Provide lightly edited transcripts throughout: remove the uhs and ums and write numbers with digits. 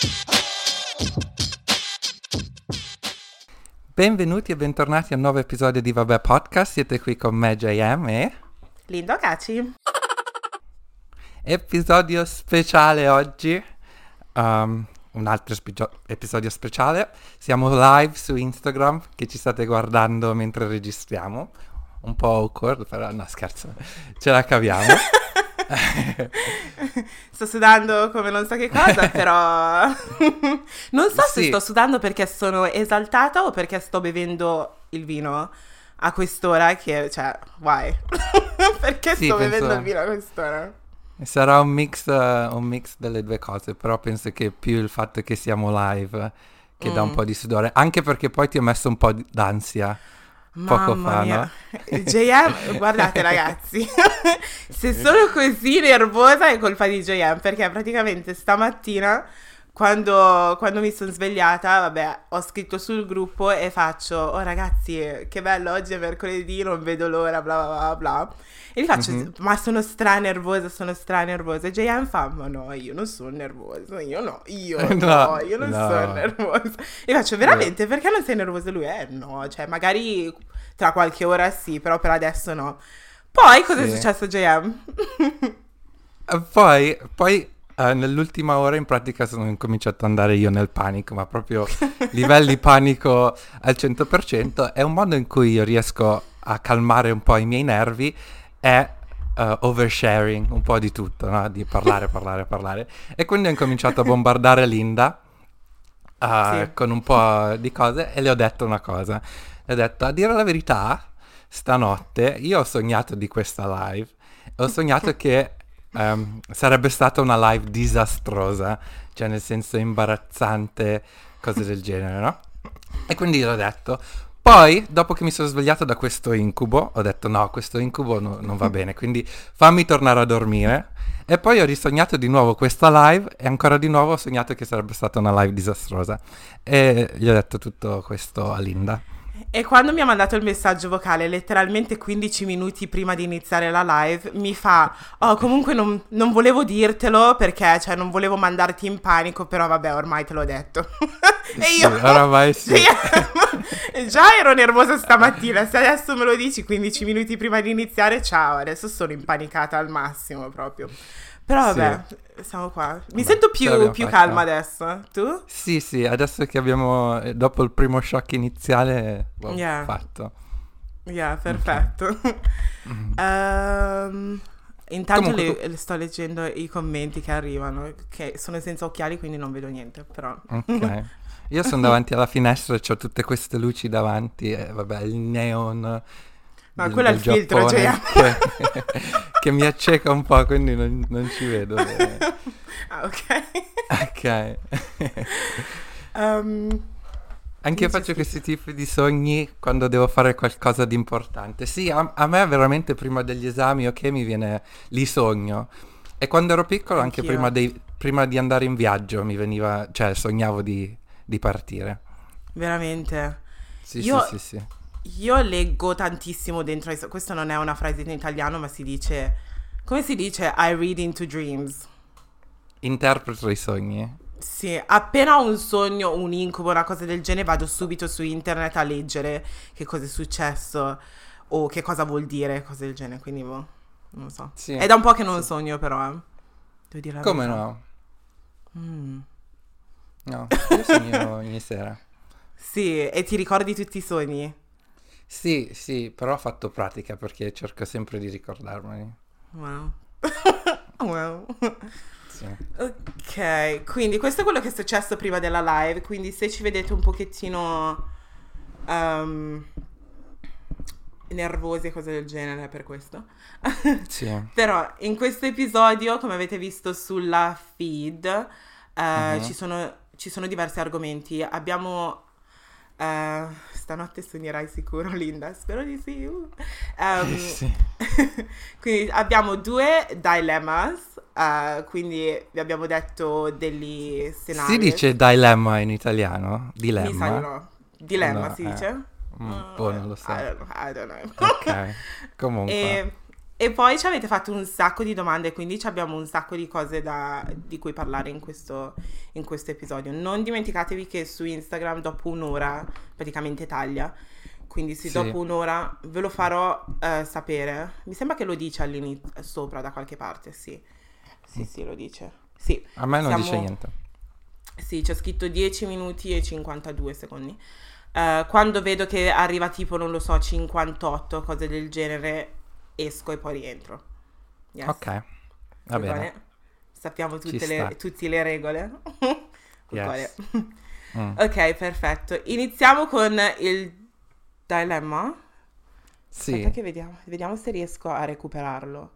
Benvenuti e bentornati a un nuovo episodio di Vabbè Podcast. Siete qui con me, JM e Lindo Caci. episodio speciale oggi. Un altro episodio speciale. Siamo live su Instagram, che ci state guardando mentre registriamo. Un po' awkward, però no, scherzo, ce la caviamo. Sto sudando come non so che cosa, però non so se Sì. sto sudando perché sono esaltata o perché sto bevendo il vino a quest'ora che, cioè, why? Perché Sì, sto penso- bevendo il vino a quest'ora? Sarà un mix delle due cose, però penso che più il fatto che siamo live che dà un po' di sudore, anche perché poi ti ho messo un po' d'ansia poco Mamma fa, mia. no? JM, guardate ragazzi, se sono così nervosa è colpa di JM, perché praticamente stamattina quando mi sono svegliata, vabbè, ho scritto sul gruppo e faccio: oh ragazzi, che bello, oggi è mercoledì, non vedo l'ora, bla bla bla bla. E gli faccio: ma sono nervosa. E JM fa: ma no, io non sono nervosa, io non No. sono nervosa. E gli faccio: veramente, perché non sei nervosa? E lui: no, cioè magari tra qualche ora sì, però per adesso no. Poi cosa è Sì. successo, JM? Poi nell'ultima ora in pratica sono incominciato ad andare io nel panico, ma proprio livelli panico al 100%. È un modo in cui io riesco a calmare un po' i miei nervi è oversharing, un po' di tutto, no? Di parlare. E quindi ho incominciato a bombardare Linda Sì. con un po' di cose e le ho detto una cosa. Le ho detto, a dire la verità, stanotte io ho sognato di questa live. Ho sognato che sarebbe stata una live disastrosa, cioè nel senso imbarazzante, cose del genere, no? E quindi l'ho detto. Poi, dopo che mi sono svegliato da questo incubo, ho detto no, questo incubo non va bene, quindi fammi tornare a dormire. E poi ho risognato di nuovo questa live e ancora di nuovo ho sognato che sarebbe stata una live disastrosa. E gli ho detto tutto questo a Linda. E quando mi ha mandato il messaggio vocale, letteralmente 15 minuti prima di iniziare la live, mi fa: oh, comunque non volevo dirtelo perché, cioè, non volevo mandarti in panico, però vabbè, ormai te l'ho detto. E Sì, io, oramai sì. già ero nervosa stamattina, se adesso me lo dici 15 minuti prima di iniziare, ciao, adesso sono impanicata al massimo proprio. Però vabbè, siamo qua. Mi sento ce l'abbiamo più fatta. calma adesso. Tu? Sì, adesso che abbiamo, dopo il primo shock iniziale, ho Yeah. fatto. Yeah, perfetto. Intanto Comunque le sto leggendo i commenti che arrivano, che sono senza occhiali, quindi non vedo niente, però. Ok. Io sono davanti alla finestra e ho tutte queste luci davanti e vabbè, il neon quello è il filtro, Giappone che mi acceca un po', quindi non ci vedo bene. Ah, ok. Ok. Anche io Dici, faccio sì. questi tipi di sogni quando devo fare qualcosa di importante. Sì, a me veramente prima degli esami, ok, mi viene, li sogno. E quando ero piccolo, anche Anch'io. prima di andare in viaggio, mi veniva, cioè sognavo di partire. Veramente. Sì, Io, sì. io leggo tantissimo dentro ai questa non è una frase in italiano, ma si dice, come si dice? I read into dreams. Interpreto i sogni. Sì, appena ho un sogno, un incubo, una cosa del genere, vado subito su internet a leggere che cosa è successo o che cosa vuol dire, cose del genere, quindi boh, non so. Sì. È da un po' che non Sì. sogno però, devo dire la Come verità. no? Mm. No, io sogno ogni sera. Sì, e ti ricordi tutti i sogni? Sì, però ho fatto pratica perché cerco sempre di ricordarmeli. Wow. Wow. Sì. Ok, quindi questo è quello che è successo prima della live, quindi se ci vedete un pochettino nervosi e cose del genere è per questo. Sì. Però in questo episodio, come avete visto sulla feed, ci sono diversi argomenti. Abbiamo... stanotte sognerai sicuro, Linda? Spero di sì. Sì. Quindi abbiamo due dilemmas, quindi vi abbiamo detto degli scenari. Si dice dilemma in italiano? Mi sa di Dilemma? no. Dilemma No, si dice? boh, non lo so. I don't know. Ok, comunque. E E poi ci avete fatto un sacco di domande, quindi ci abbiamo un sacco di cose di cui parlare in questo episodio. Non dimenticatevi che su Instagram dopo un'ora praticamente taglia, quindi Sì. dopo un'ora ve lo farò sapere. Mi sembra che lo dice all'inizio, sopra da qualche parte, sì. Sì, lo dice. Sì. A me non dice niente. Sì, c'è scritto 10 minuti e 52 secondi. Quando vedo che arriva tipo, non lo so, 58, cose del genere, esco e poi rientro. Yes. Ok, va bene. Sappiamo Ci tutte sta. tutte le regole. Yes. Ok, perfetto. Iniziamo con il dilemma. Sì. Aspetta che vediamo se riesco a recuperarlo.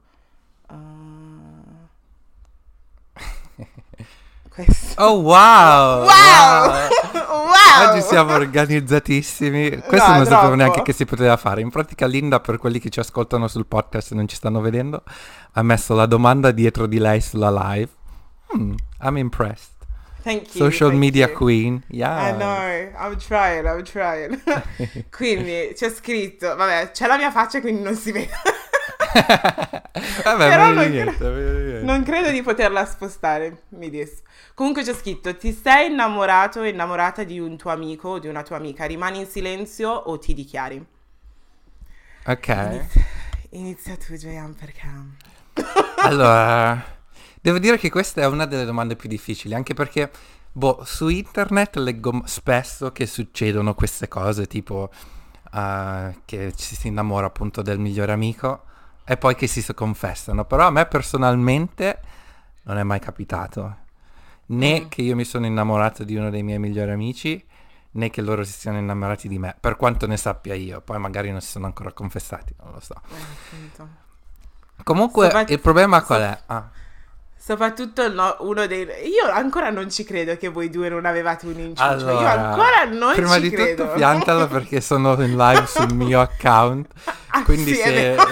Questo. Oh wow! Wow! Oggi siamo organizzatissimi. Questo No, non sapevo troppo. neanche che si poteva fare. In pratica Linda, per quelli che ci ascoltano sul podcast e non ci stanno vedendo, ha messo la domanda dietro di lei sulla live. I'm impressed. Thank you. Social thank media you. queen. I Yeah. know, I'm trying. Quindi c'è scritto, vabbè, c'è la mia faccia quindi non si vede. Vabbè, Però meglio non, di niente, meglio di niente. non credo di poterla spostare, mi dis. Comunque c'è scritto, ti sei innamorato o innamorata di un tuo amico o di una tua amica, rimani in silenzio o ti dichiari? Ok. Inizia tu, Gian, perché... Allora, devo dire che questa è una delle domande più difficili, anche perché, su internet leggo spesso che succedono queste cose, tipo che ci si innamora appunto del migliore amico e poi che si confessano, però a me personalmente non è mai capitato, né che io mi sono innamorato di uno dei miei migliori amici, né che loro si siano innamorati di me, per quanto ne sappia io, poi magari non si sono ancora confessati, non lo so. appunto. Comunque il problema qual è? Soprattutto uno dei... Io ancora non ci credo che voi due non avevate un inciucio. Allora, Io ancora non prima ci di credo. tutto piantalo perché sono in live sul mio account, quindi sì, è vero.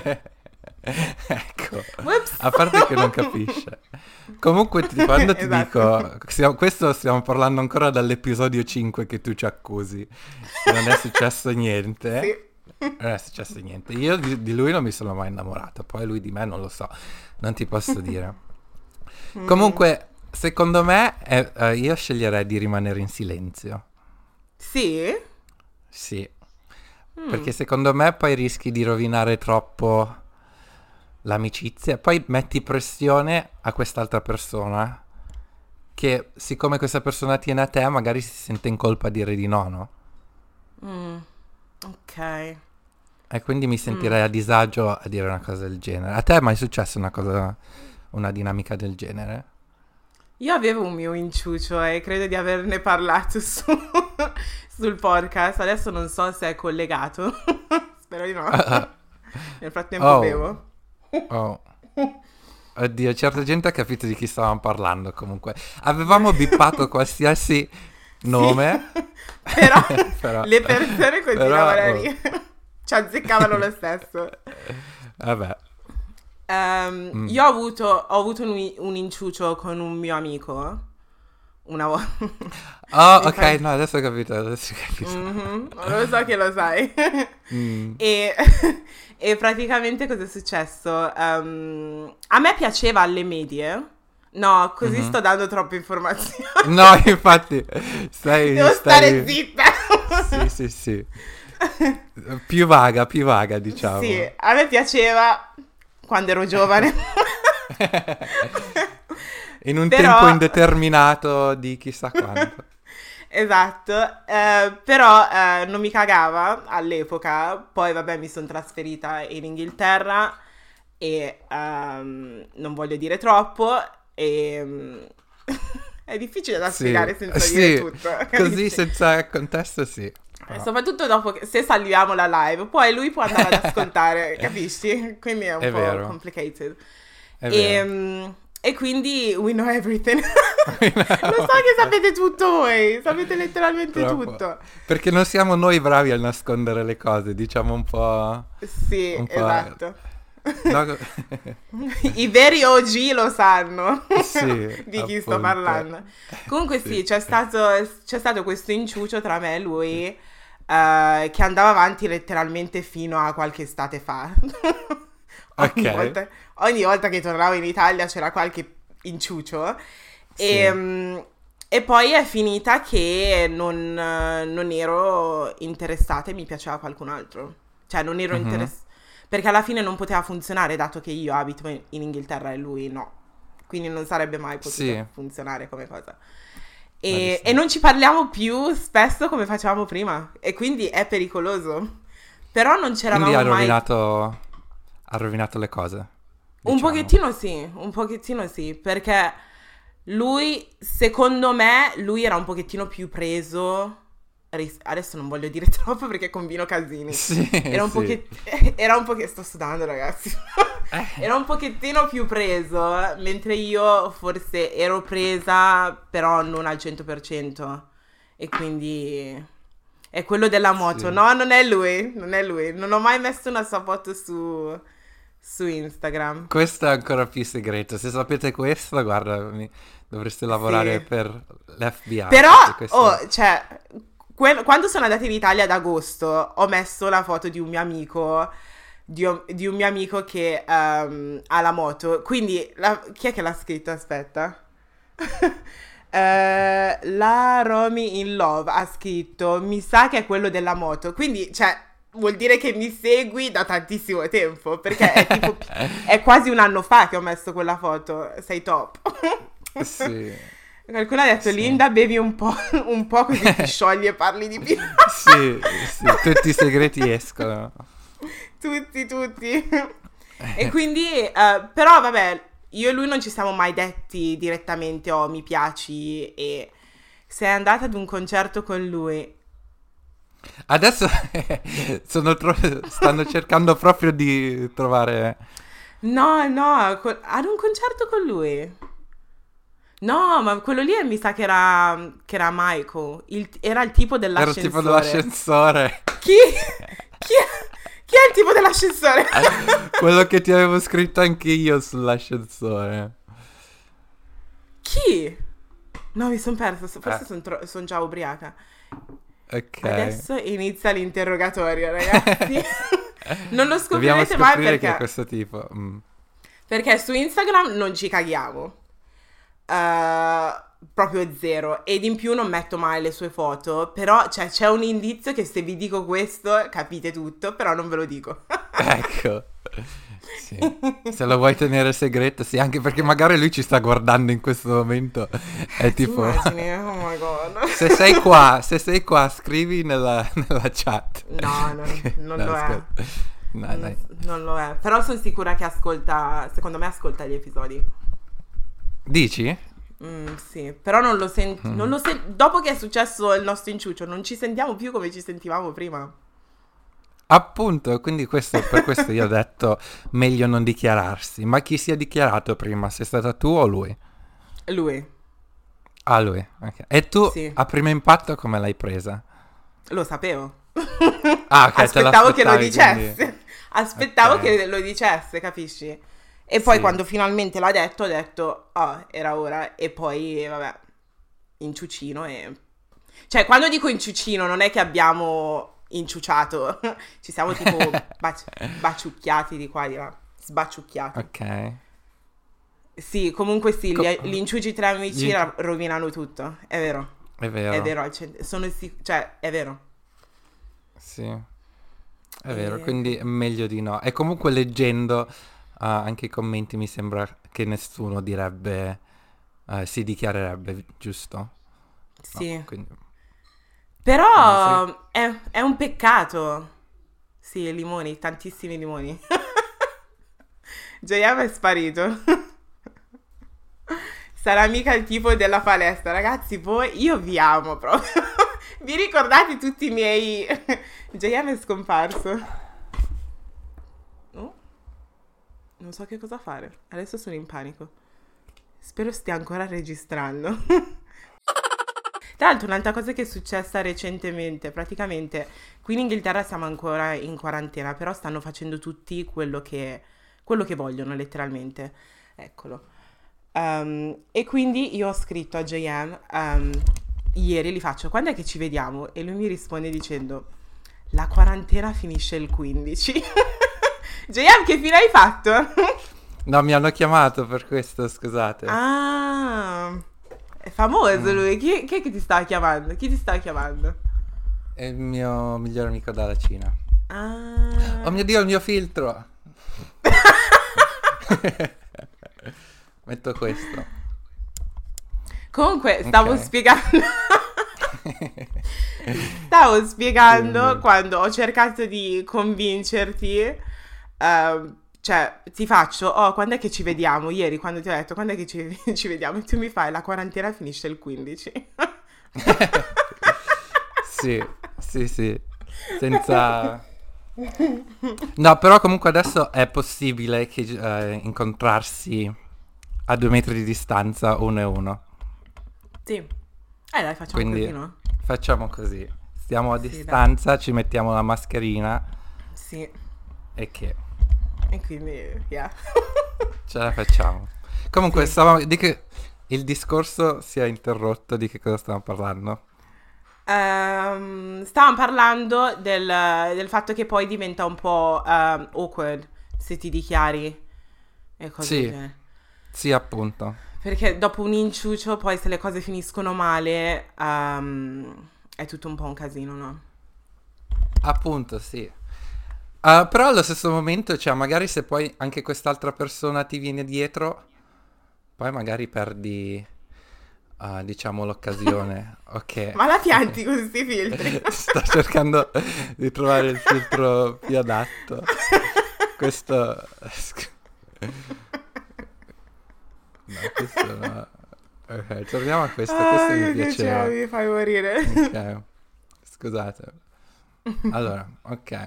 ecco, Whoops. a parte che non capisce. Comunque quando ti Esatto. dico, questo stiamo parlando ancora dall'episodio 5 che tu ci accusi, non è successo niente. Sì. Non è successo niente. Io di lui non mi sono mai innamorato, poi lui di me non lo so, non ti posso dire. Comunque, secondo me, io sceglierei di rimanere in silenzio. Sì? Sì. Perché secondo me poi rischi di rovinare troppo l'amicizia. Poi metti pressione a quest'altra persona che, siccome questa persona tiene a te, magari si sente in colpa a dire di no, no? Ok. E quindi mi sentirei a disagio a dire una cosa del genere. A te è mai successo una dinamica del genere? Io avevo un mio inciucio e credo di averne parlato sul podcast. Adesso non so se è collegato. Spero di no. Nel frattempo bevo. Oh. Oddio, certa gente ha capito di chi stavamo parlando comunque. Avevamo bippato qualsiasi nome. Però le persone continuavano a ridere. Ci azzeccavano lo stesso. Vabbè. Io ho avuto un inciucio con un mio amico una volta. Oh, ok, no, adesso ho capito. Lo so che lo sai. E praticamente cosa è successo? A me piaceva alle medie. No, così sto dando troppe informazioni. No, infatti, devo stare zitta. Sì. Più vaga, diciamo. Sì, a me piaceva quando ero giovane. In un tempo indeterminato di chissà quanto. Esatto, però non mi cagava all'epoca. Poi vabbè, mi sono trasferita in Inghilterra e non voglio dire troppo e è difficile da spiegare senza dire tutto. Così senza contesto sì. Soprattutto dopo che, se salviamo la live, poi lui può andare ad ascoltare, capisci? Quindi è un po' vero. complicated. È vero. E quindi we know everything. Lo so che sapete tutto voi, sapete letteralmente tutto. Perché non siamo noi bravi a nascondere le cose, diciamo un po'... Sì, esatto. No. I veri OG lo sanno sì, di chi sto parlando. Comunque sì, c'è stato questo inciucio tra me e lui che andava avanti letteralmente fino a qualche estate fa. Ogni Ok. volta, ogni volta che tornavo in Italia c'era qualche inciucio. Sì. E poi è finita che non ero interessata e mi piaceva qualcun altro. Cioè, non ero Mhm. interessata. Perché alla fine non poteva funzionare, dato che io abito in Inghilterra e lui no. Quindi non sarebbe mai potuta Sì, funzionare come cosa. E verissimo. non ci parliamo più spesso come facevamo prima. E quindi è pericoloso. Però non Quindi c'eravamo mai. ha rovinato le cose, Un diciamo. pochettino sì, perché lui, secondo me, lui era un pochettino più preso. Adesso non voglio dire troppo perché combino casini. Sì, Era un sì. pochettino. Era un pochettino. Sto sudando, ragazzi. Era un pochettino più preso, mentre io forse ero presa, però non al 100%. E quindi. È quello della moto. Sì. No, non è lui. Non è lui. Non ho mai messo una sua foto su Instagram. Questo è ancora più segreto. Se sapete questo, guarda, dovreste lavorare Sì. per l'FBI, Però, perché questo... oh, cioè, quando sono andata in Italia ad agosto, ho messo la foto di un mio amico, di un mio amico che ha la moto. Quindi, chi è che l'ha scritto? Aspetta. La Romy in Love ha scritto, mi sa che è quello della moto. Quindi, cioè, vuol dire che mi segui da tantissimo tempo, perché è tipo, è quasi un anno fa che ho messo quella foto. Sei top. Sì, Qualcuno ha detto, sì. Linda, bevi un po' così ti sciogli e parli di più. Sì, sì, tutti i segreti escono. Tutti. E quindi, però vabbè, io e lui non ci siamo mai detti direttamente, oh, mi piaci, e sei andata ad un concerto con lui. Adesso stanno cercando proprio di trovare... No, ad un concerto con lui. No, ma quello lì mi sa che era Michael, era il tipo Era il tipo dell'ascensore. dell'ascensore. Chi? Chi chi è il tipo dell'ascensore? Quello che ti avevo scritto anche io sull'ascensore. Chi? No, mi sono persa, Eh, forse sono già ubriaca. ok. Adesso inizia l'interrogatorio, ragazzi. Non lo Dobbiamo scoprirete mai scoprire chi è perché. questo tipo. Mm. Perché su Instagram non ci caghiamo. Proprio zero. Ed in più non metto mai le sue foto. Però cioè, c'è un indizio che se vi dico questo capite tutto, però non ve lo dico. Ecco. Sì. Se lo vuoi tenere segreto, sì, anche perché magari lui ci sta guardando in questo momento. È Ti tipo... immagini? Oh my god. Se sei qua, scrivi nella chat. No, non No, lo è. scherzo. No, dai. Non lo è. Però sono sicura che ascolta. Secondo me ascolta gli episodi. Dici? Sì, però non lo sento. Mm. Dopo che è successo il nostro inciucio, non ci sentiamo più come ci sentivamo prima. Appunto, quindi per questo io ho detto meglio non dichiararsi. Ma chi si è dichiarato prima? Sei stata tu o lui? Lui, Ah, lui. Ok. E tu sì, a primo impatto come l'hai presa? lo sapevo. Ah, ok, te Aspettavo che lo l'aspettavi, quindi... dicesse. Aspettavo Ok, che lo dicesse, capisci? E poi sì. quando finalmente l'ha detto, ho detto, oh, era ora. E poi, vabbè, inciucino e... Cioè, quando dico inciucino, non è che abbiamo inciuciato. Ci siamo tipo baciucchiati di qua e di là. Sbaciucchiati. Ok. Sì, comunque sì, Co- gli inciuci tra amici gli- rovinano tutto. È vero. È È vero, vero, cioè, è vero. sì. È vero, E... quindi è meglio di no. E comunque leggendo anche i commenti mi sembra che nessuno direbbe, si dichiarerebbe, giusto? No, Sì. quindi sì. Però è un peccato. Sì, limoni, tantissimi limoni. JM è sparito. Sarà mica il tipo della palestra. Ragazzi, voi, io vi amo proprio. Vi ricordate tutti i miei... JM è scomparso. Oh, non so che cosa fare. Adesso sono in panico. Spero stia ancora registrando. Tra l'altro, un'altra cosa che è successa recentemente, praticamente qui in Inghilterra siamo ancora in quarantena, però stanno facendo tutti quello che vogliono, letteralmente. Eccolo. E quindi io ho scritto a JM, ieri gli faccio, quando è che ci vediamo? E lui mi risponde dicendo, la quarantena finisce il 15. JM, che fine hai fatto? No, mi hanno chiamato per questo, scusate. Ah, è famoso lui. Chi è che ti sta chiamando? Chi ti sta chiamando? È il mio migliore amico dalla Cina. Ah. Oh mio Dio, il mio filtro! Metto questo. Comunque, stavo Ok. spiegando. Stavo spiegando Dimmi. quando ho cercato di convincerti. Cioè, ti faccio, oh, quando è che ci vediamo? Ieri, quando ti ho detto, quando è che ci vediamo? E tu mi fai, la quarantena finisce il 15. Sì, sì, sì. Senza... No, però comunque adesso è possibile che, incontrarsi a 2 metri di distanza uno e uno. Sì. Dai, facciamo Quindi così, no? facciamo così. Stiamo a Sì, dai. distanza, ci mettiamo la mascherina Sì. e che E quindi, yeah. ce la facciamo. Comunque, Sì. di che il discorso si è interrotto, di che cosa stavamo parlando? Stavamo parlando del fatto che poi diventa un po' awkward se ti dichiari e cose del Sì, genere. sì, appunto. Perché dopo un inciucio, poi se le cose finiscono male, è tutto un po' un casino, no? Appunto, sì. Però allo stesso momento, cioè, magari se poi anche quest'altra persona ti viene dietro, poi magari perdi, diciamo, l'occasione. Ok. Ma la pianti con questi filtri? Sto cercando di trovare il filtro più adatto. Questo... No, questo no. Ok, torniamo a questo. Questo mi Che piaceva. mi fai morire. Ok. Scusate. Allora, ok.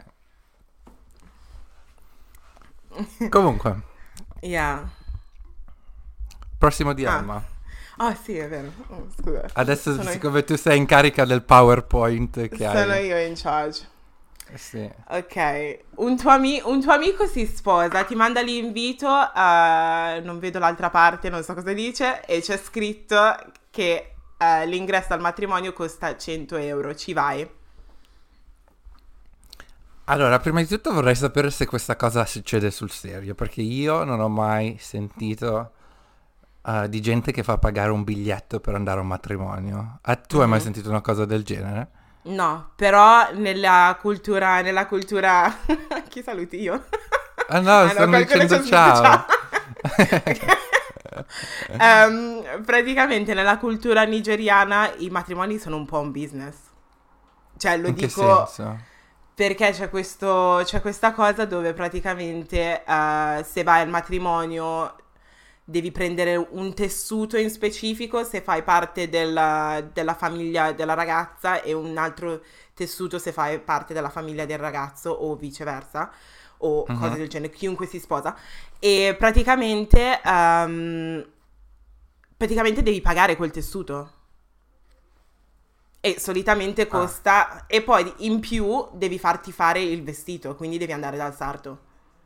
Comunque, Yeah. prossimo Ah. dilemma. Oh, sì, è vero. Oh, scusa. Adesso, Sono, siccome tu sei in carica del PowerPoint che sono hai... io in charge. Sì. Ok, un tuo amico si sposa, ti manda l'invito, non vedo l'altra parte, non so cosa dice, e c'è scritto che l'ingresso al matrimonio costa 100 euro, ci vai? Allora, prima di tutto vorrei sapere se questa cosa succede sul serio, perché io non ho mai sentito di gente che fa pagare un biglietto per andare a un matrimonio. Tu hai mai Mhm. sentito una cosa del genere? No, però nella cultura, chi saluti io? Ah no, Ah no, stanno qualcuno ci ha dicendo scritto ciao. ciao. Praticamente nella cultura nigeriana i matrimoni sono un po' un business. Cioè, lo In che dico senso? perché c'è questa cosa dove praticamente se vai al matrimonio devi prendere un tessuto in specifico se fai parte della famiglia della ragazza e un altro tessuto se fai parte della famiglia del ragazzo o viceversa o cose Mhm. del genere, chiunque si sposa. E praticamente devi pagare quel tessuto. E solitamente Ah. costa, e poi in più devi farti fare il vestito, quindi devi andare dal sarto.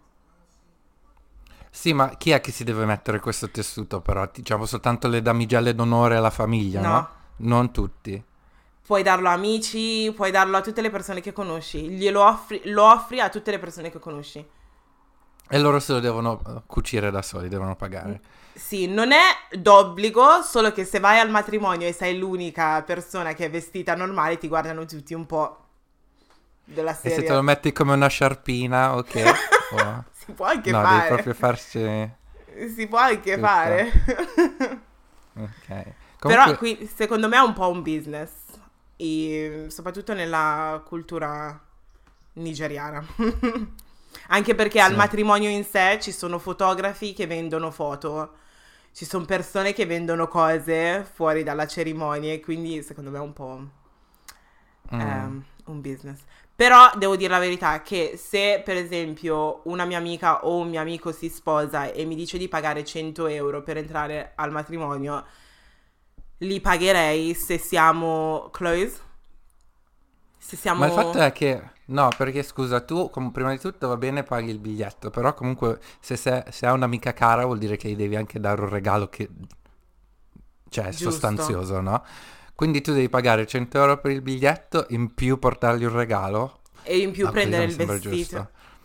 Sì, ma chi è che si deve mettere questo tessuto però? Diciamo soltanto le damigelle d'onore alla famiglia, No, no? Non tutti. puoi darlo a amici, puoi darlo a tutte le persone che conosci, lo offri a tutte le persone che conosci. E loro se lo devono cucire da soli, devono pagare. Sì, non è d'obbligo, solo che se vai al matrimonio e sei l'unica persona che è vestita normale, ti guardano tutti un po' della E se te lo serie. metti come una sciarpina, ok? O- Si può anche No, devi fare. proprio farsi... Si può anche Tutto. fare. Ok. Però Comunque, qui secondo me è un po' un business, soprattutto nella cultura nigeriana. Anche perché al sì. matrimonio in sé ci sono fotografi che vendono foto, ci sono persone che vendono cose fuori dalla cerimonia e quindi secondo me è un po' Mm. un business. Però devo dire la verità che se per esempio una mia amica o un mio amico si sposa e mi dice di pagare 100 euro per entrare al matrimonio, li pagherei se siamo close. Se Ma il fatto siamo è che... No, perché scusa, tu prima di tutto va bene paghi il biglietto, però comunque se hai un'amica cara vuol dire che gli devi anche dare un regalo che... Cioè, è giusto. sostanzioso, no? Quindi tu devi pagare 100 euro per il biglietto, in più portargli un regalo. E in più Ah, così non prendere mi il sembra vestito. giusto.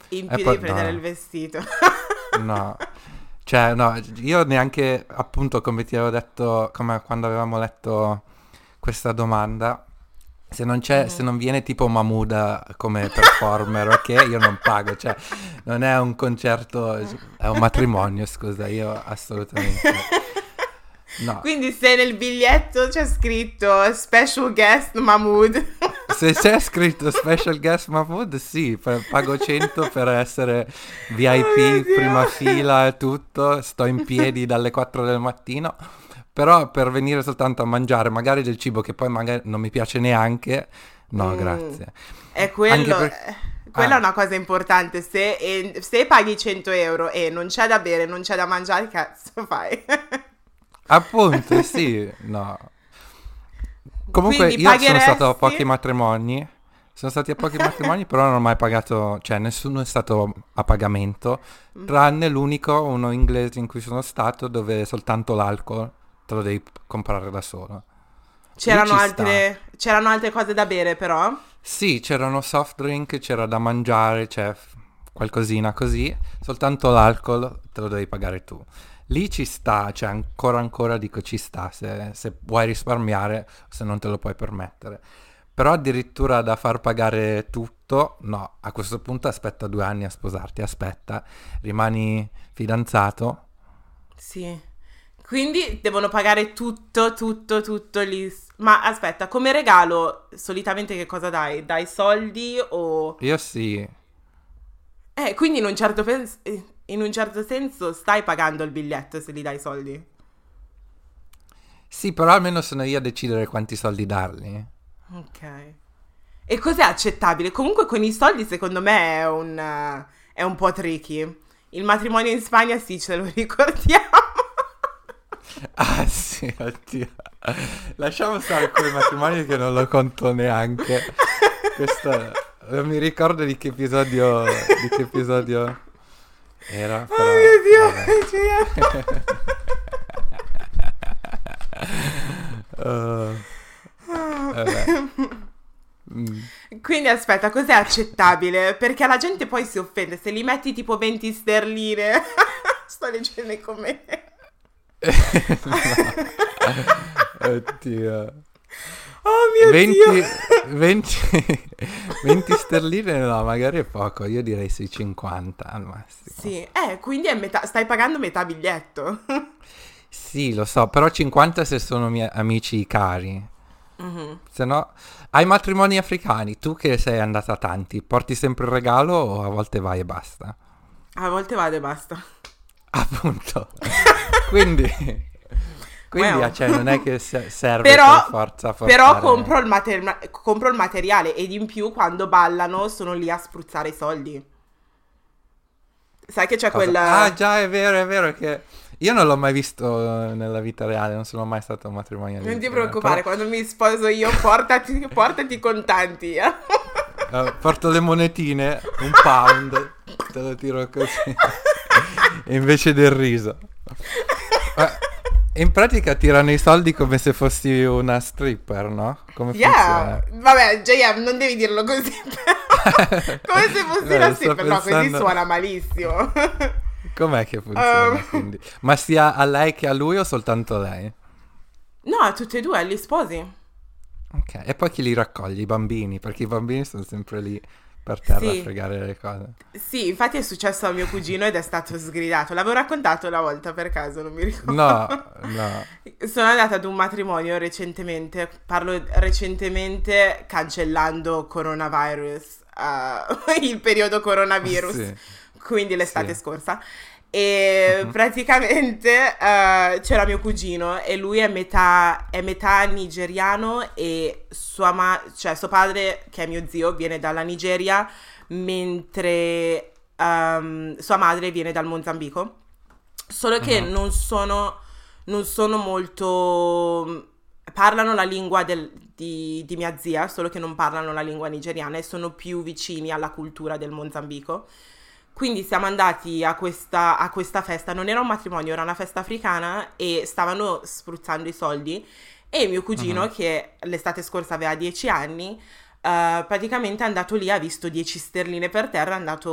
In E più poi devi prendere no, il vestito. no. Cioè, no, io neanche, appunto, come ti avevo detto, come quando avevamo letto questa domanda, se Mhm. non viene tipo Mahmood come performer, ok, io non pago, cioè, non è un concerto, è un matrimonio, scusa, io assolutamente, no. Quindi se nel biglietto c'è scritto special guest Mahmood. Se c'è scritto Special Guest Mahmood, sì, pago 100 per essere Oh mio VIP, prima Dio. fila e tutto, sto in piedi dalle 4 del mattino, però per venire soltanto a mangiare magari del cibo che poi magari non mi piace neanche, no, Mm. grazie. È Anche quello, perché... quella è una cosa importante. Se paghi 100 euro e non c'è da bere, non c'è da mangiare, cazzo fai? appunto, sì, no. Comunque Quindi io sono stato a pochi pagheresti? matrimoni, sono stati a pochi matrimoni, però non ho mai pagato, cioè nessuno è stato a pagamento, tranne l'unico, uno inglese in cui sono stato, dove soltanto l'alcol te lo devi comprare da solo. Lì ci sta. C'erano altre cose da bere, però. Sì, c'erano soft drink, c'era da mangiare, c'è qualcosina così, soltanto l'alcol te lo devi pagare tu. Lì ci sta, cioè ancora dico ci sta, se vuoi risparmiare, se non te lo puoi permettere. Però addirittura da far pagare tutto, no, a questo punto aspetta 2 anni a sposarti, aspetta, rimani fidanzato. Sì. Quindi devono pagare tutto lì. Ma aspetta, come regalo, solitamente che cosa dai? Dai soldi o... Io sì, Quindi in un certo senso stai pagando il biglietto se gli dai soldi. sì, però almeno sono io a decidere quanti soldi dargli. Ok. E cos'è accettabile? Comunque con i soldi secondo me è un po' tricky. Il matrimonio in Spagna sì, ce lo ricordiamo. Ah sì, oddio. Lasciamo stare quei matrimoni che non lo conto neanche. Questo non mi ricordo di che episodio era, Oh però mio vabbè. Dio, Giuliano. Uh, vabbè. Mm. Quindi aspetta, cos'è accettabile? Perché la gente poi si offende se li metti tipo 20 sterline. Sto leggendo i commenti. No. Oddio. Oh mio 20, Dio. 20, 20 sterline no, magari è poco, io direi sui 50 al massimo. Sì, quindi è metà, stai pagando metà biglietto. Sì, lo so, però 50 se sono miei amici cari. Mhm. Se no, ai matrimoni africani, tu che sei andata a tanti, porti sempre il regalo o a volte vai e basta? A volte vado e basta. Appunto. Quindi, Well. cioè, non è che serve per Però, forza però portare... compro il materiale ed in più quando ballano sono lì a spruzzare i soldi. Sai che c'è Cosa? quel... Ah, già, è vero che... Io non l'ho mai visto nella vita reale, non sono mai stato a un matrimonio Non ti però preoccupare, quando mi sposo io portati contanti. porto le monetine, un pound, te lo tiro così, invece del riso. Ma in pratica tirano i soldi come se fossi una stripper, no? Come Yeah, funziona? vabbè, JM, non devi dirlo così. Come se fossi No, una sto stripper. No, così pensando... suona malissimo. Com'è che funziona, quindi? Ma sia a lei che a lui o soltanto a lei? No, a tutti e due, agli sposi. Ok, e poi chi li raccoglie? I bambini, perché i bambini sono sempre lì per terra a Sì, fregare le cose. sì, infatti è successo a mio cugino ed è stato sgridato. L'avevo raccontato una volta per caso, non mi No, ricordo. no. Sono andata ad un matrimonio recentemente, parlo recentemente cancellando coronavirus, il periodo coronavirus, Sì, quindi l'estate sì. scorsa. E Mhm, praticamente c'era mio cugino e lui è metà nigeriano e cioè suo padre, che è mio zio, viene dalla Nigeria, mentre sua madre viene dal Mozambico. Solo che mhm, non sono molto... Parlano la lingua di mia zia, solo che non parlano la lingua nigeriana e sono più vicini alla cultura del Mozambico. Quindi siamo andati a questa festa, non era un matrimonio, era una festa africana e stavano spruzzando i soldi e mio cugino, mhm, che l'estate scorsa aveva 10 anni, praticamente è andato lì, ha visto 10 sterline per terra,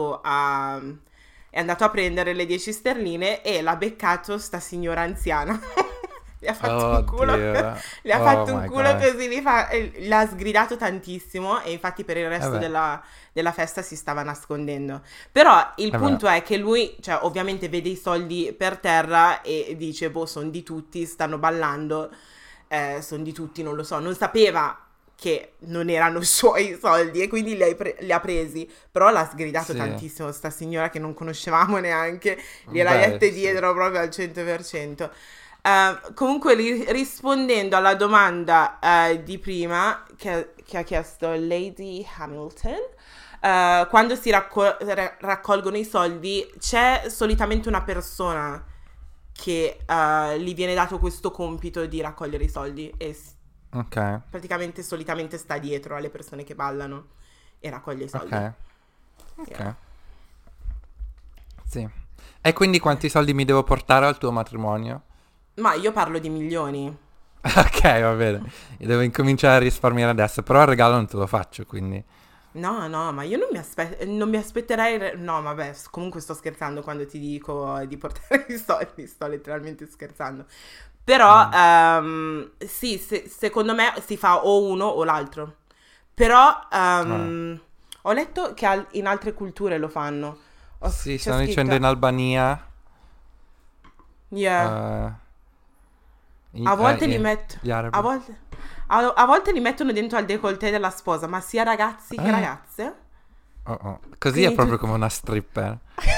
è andato a prendere le 10 sterline e l'ha beccato sta signora anziana. Gli ha fatto un culo, Oddio. gli ha Oh fatto un my culo God. così, l'ha sgridato tantissimo e infatti per il resto Beh, della festa si stava nascondendo. Però il beh. punto è che lui, cioè ovviamente vede i soldi per terra e dice, boh, sono di tutti, stanno ballando, sono di tutti, non lo so, non sapeva che non erano suoi soldi e quindi li ha presi, però l'ha sgridato Sì. tantissimo sta signora che non conoscevamo neanche, gliela Beh, dette sì. dietro proprio al 100%. Comunque rispondendo alla domanda di prima che ha chiesto Lady Hamilton, quando si raccolgono i soldi c'è solitamente una persona che gli viene dato questo compito di raccogliere i soldi e Ok, praticamente solitamente sta dietro alle persone che ballano e raccoglie i soldi. ok, Yeah. ok. Sì. E quindi quanti soldi mi devo portare al tuo matrimonio? Ma io parlo di milioni. Ok, va bene. Io devo incominciare a risparmiare adesso, però il regalo non te lo faccio, quindi... No, no, ma io non mi aspetterei. No, vabbè, comunque sto scherzando quando ti dico di portare i soldi, sto letteralmente scherzando. Però, Mm. sì, secondo me si fa o uno o l'altro. Però, Ah. ho letto che in altre culture lo fanno. Sì, C'è stanno dicendo scritto, in Albania... yeah. eh, A volte li gli a arabi. volte, a volte li mettono dentro al décolleté della sposa, ma sia ragazzi che Eh? ragazze. Oh, oh. Così è Quindi proprio tutti. come una stripper.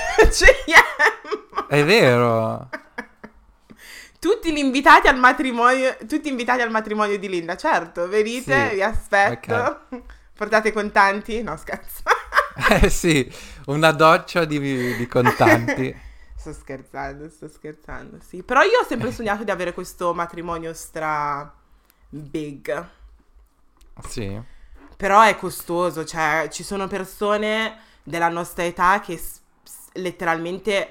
J.M. È vero. Tutti invitati al matrimonio di Linda. Certo, venite, Sì, vi ok. aspetto. Portate contanti? No, scherzo. Eh sì, una doccia di contanti. Sto scherzando, sì. Però io ho sempre sognato di avere questo matrimonio stra big. Sì. Però è costoso, cioè ci sono persone della nostra età che letteralmente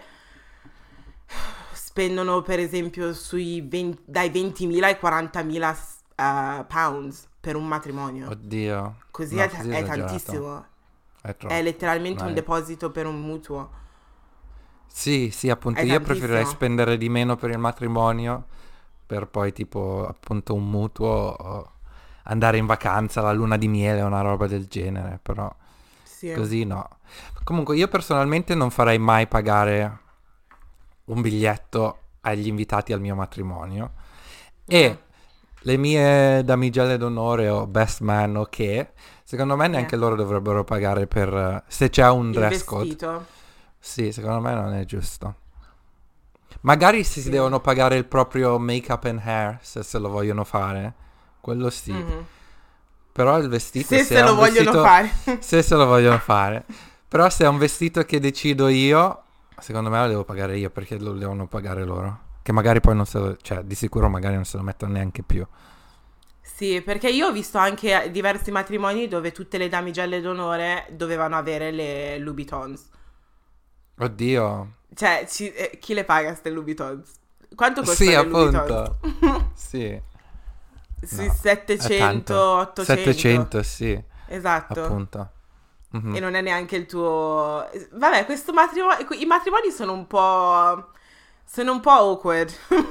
spendono per esempio dai 20.000 ai 40.000 pounds per un matrimonio. Oddio. Così No, così è è esagerato. tantissimo. È È troppo. letteralmente un Dai. deposito per un mutuo. Sì, sì, appunto, È io preferirei tantissimo. spendere di meno per il matrimonio, per poi tipo, appunto, un mutuo o andare in vacanza, la luna di miele o una roba del genere, però Sì. così no. Comunque, io personalmente non farei mai pagare un biglietto agli invitati al mio matrimonio Yeah. e le mie damigelle d'onore o best man o che, secondo me Yeah. neanche loro dovrebbero pagare per se c'è un Il dress code. vestito. Sì, secondo me non è giusto. Magari se si Sì. devono pagare il proprio make-up and hair, se lo vogliono fare, quello sì. Mhm. Però il vestito, se Se è lo un vogliono vestito, fare. se lo vogliono fare. Però se è un vestito che decido io, secondo me lo devo pagare io perché lo devono pagare loro. Che magari poi non se lo, cioè di sicuro magari non se lo mettono neanche più. Sì, perché io ho visto anche diversi matrimoni dove tutte le damigelle d'onore dovevano avere le Louboutins. Oddio. Cioè, chi le paga ste Louboutins? Quanto Sì, costano le Louboutins? appunto. Sì. Sui No, è 700, tanto. 800. 700, sì, Esatto. appunto. E Mhm. non è neanche il tuo. Vabbè, questo matrimonio. I matrimoni sono un po'. Sono un po' awkward.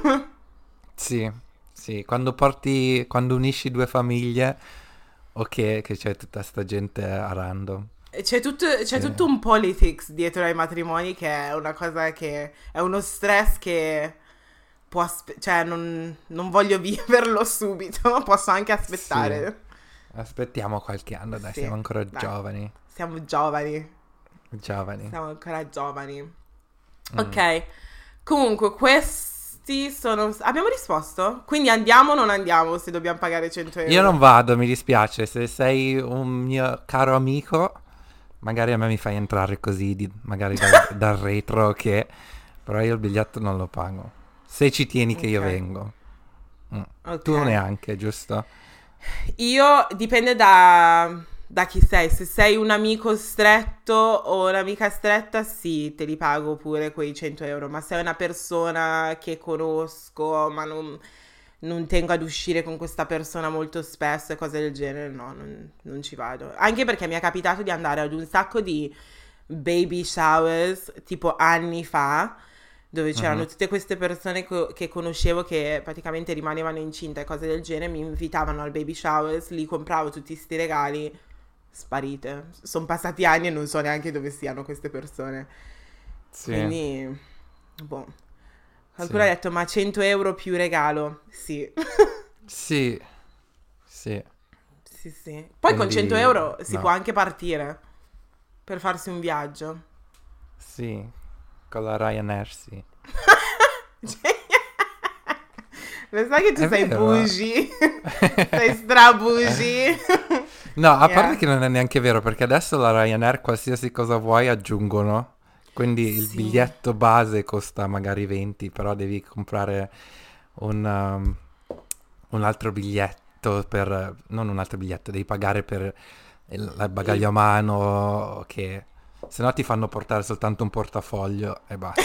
Sì, sì, quando unisci due famiglie, ok, che c'è tutta sta gente a random. C'è Sì, tutto un politics dietro ai matrimoni che è una cosa che. È uno stress che. Cioè, non voglio viverlo subito. Posso anche sì. aspettare. Aspettiamo qualche anno, dai, Sì, siamo ancora dai. giovani. Siamo giovani. Giovani. Siamo ancora giovani. Mm. Ok. Comunque, questi sono. Abbiamo risposto? Quindi andiamo o non andiamo se dobbiamo pagare 100 Io non euro? vado, mi dispiace, se sei un mio caro amico, magari a me mi fai entrare così, magari dal retro che... Però io il biglietto non lo pago. Se ci tieni che io Ok, vengo. Mm. ok. Tu neanche, giusto? Io dipende da chi sei. Se sei un amico stretto o un'amica stretta, sì, te li pago pure quei 100 euro. Ma se è una persona che conosco, ma non. non tengo ad uscire con questa persona molto spesso e cose del genere, no, non ci vado. Anche perché mi è capitato di andare ad un sacco di baby showers, tipo anni fa, dove c'erano tutte queste persone che conoscevo che praticamente rimanevano incinte e cose del genere, mi invitavano al baby showers, li compravo tutti sti regali, sparite. Sono passati anni e non so neanche dove siano queste persone. Sì. Quindi, boh. Qualcuno ha detto, ma 100 euro più regalo? Sì. Sì. Sì. Sì, sì. Poi con Quindi, 100 euro si no. può anche partire per farsi un viaggio. Sì. Con la Ryanair, sì. Lo sai che tu È sei vero. bougie? Sei stra bougie. No, a Yeah. parte che non è neanche vero, perché adesso la Ryanair qualsiasi cosa vuoi aggiungono. Quindi il Sì. biglietto base costa magari 20, però devi comprare un altro biglietto per... Non un altro biglietto, devi pagare per il bagaglio a mano, che... Se no ti fanno portare soltanto un portafoglio e basta.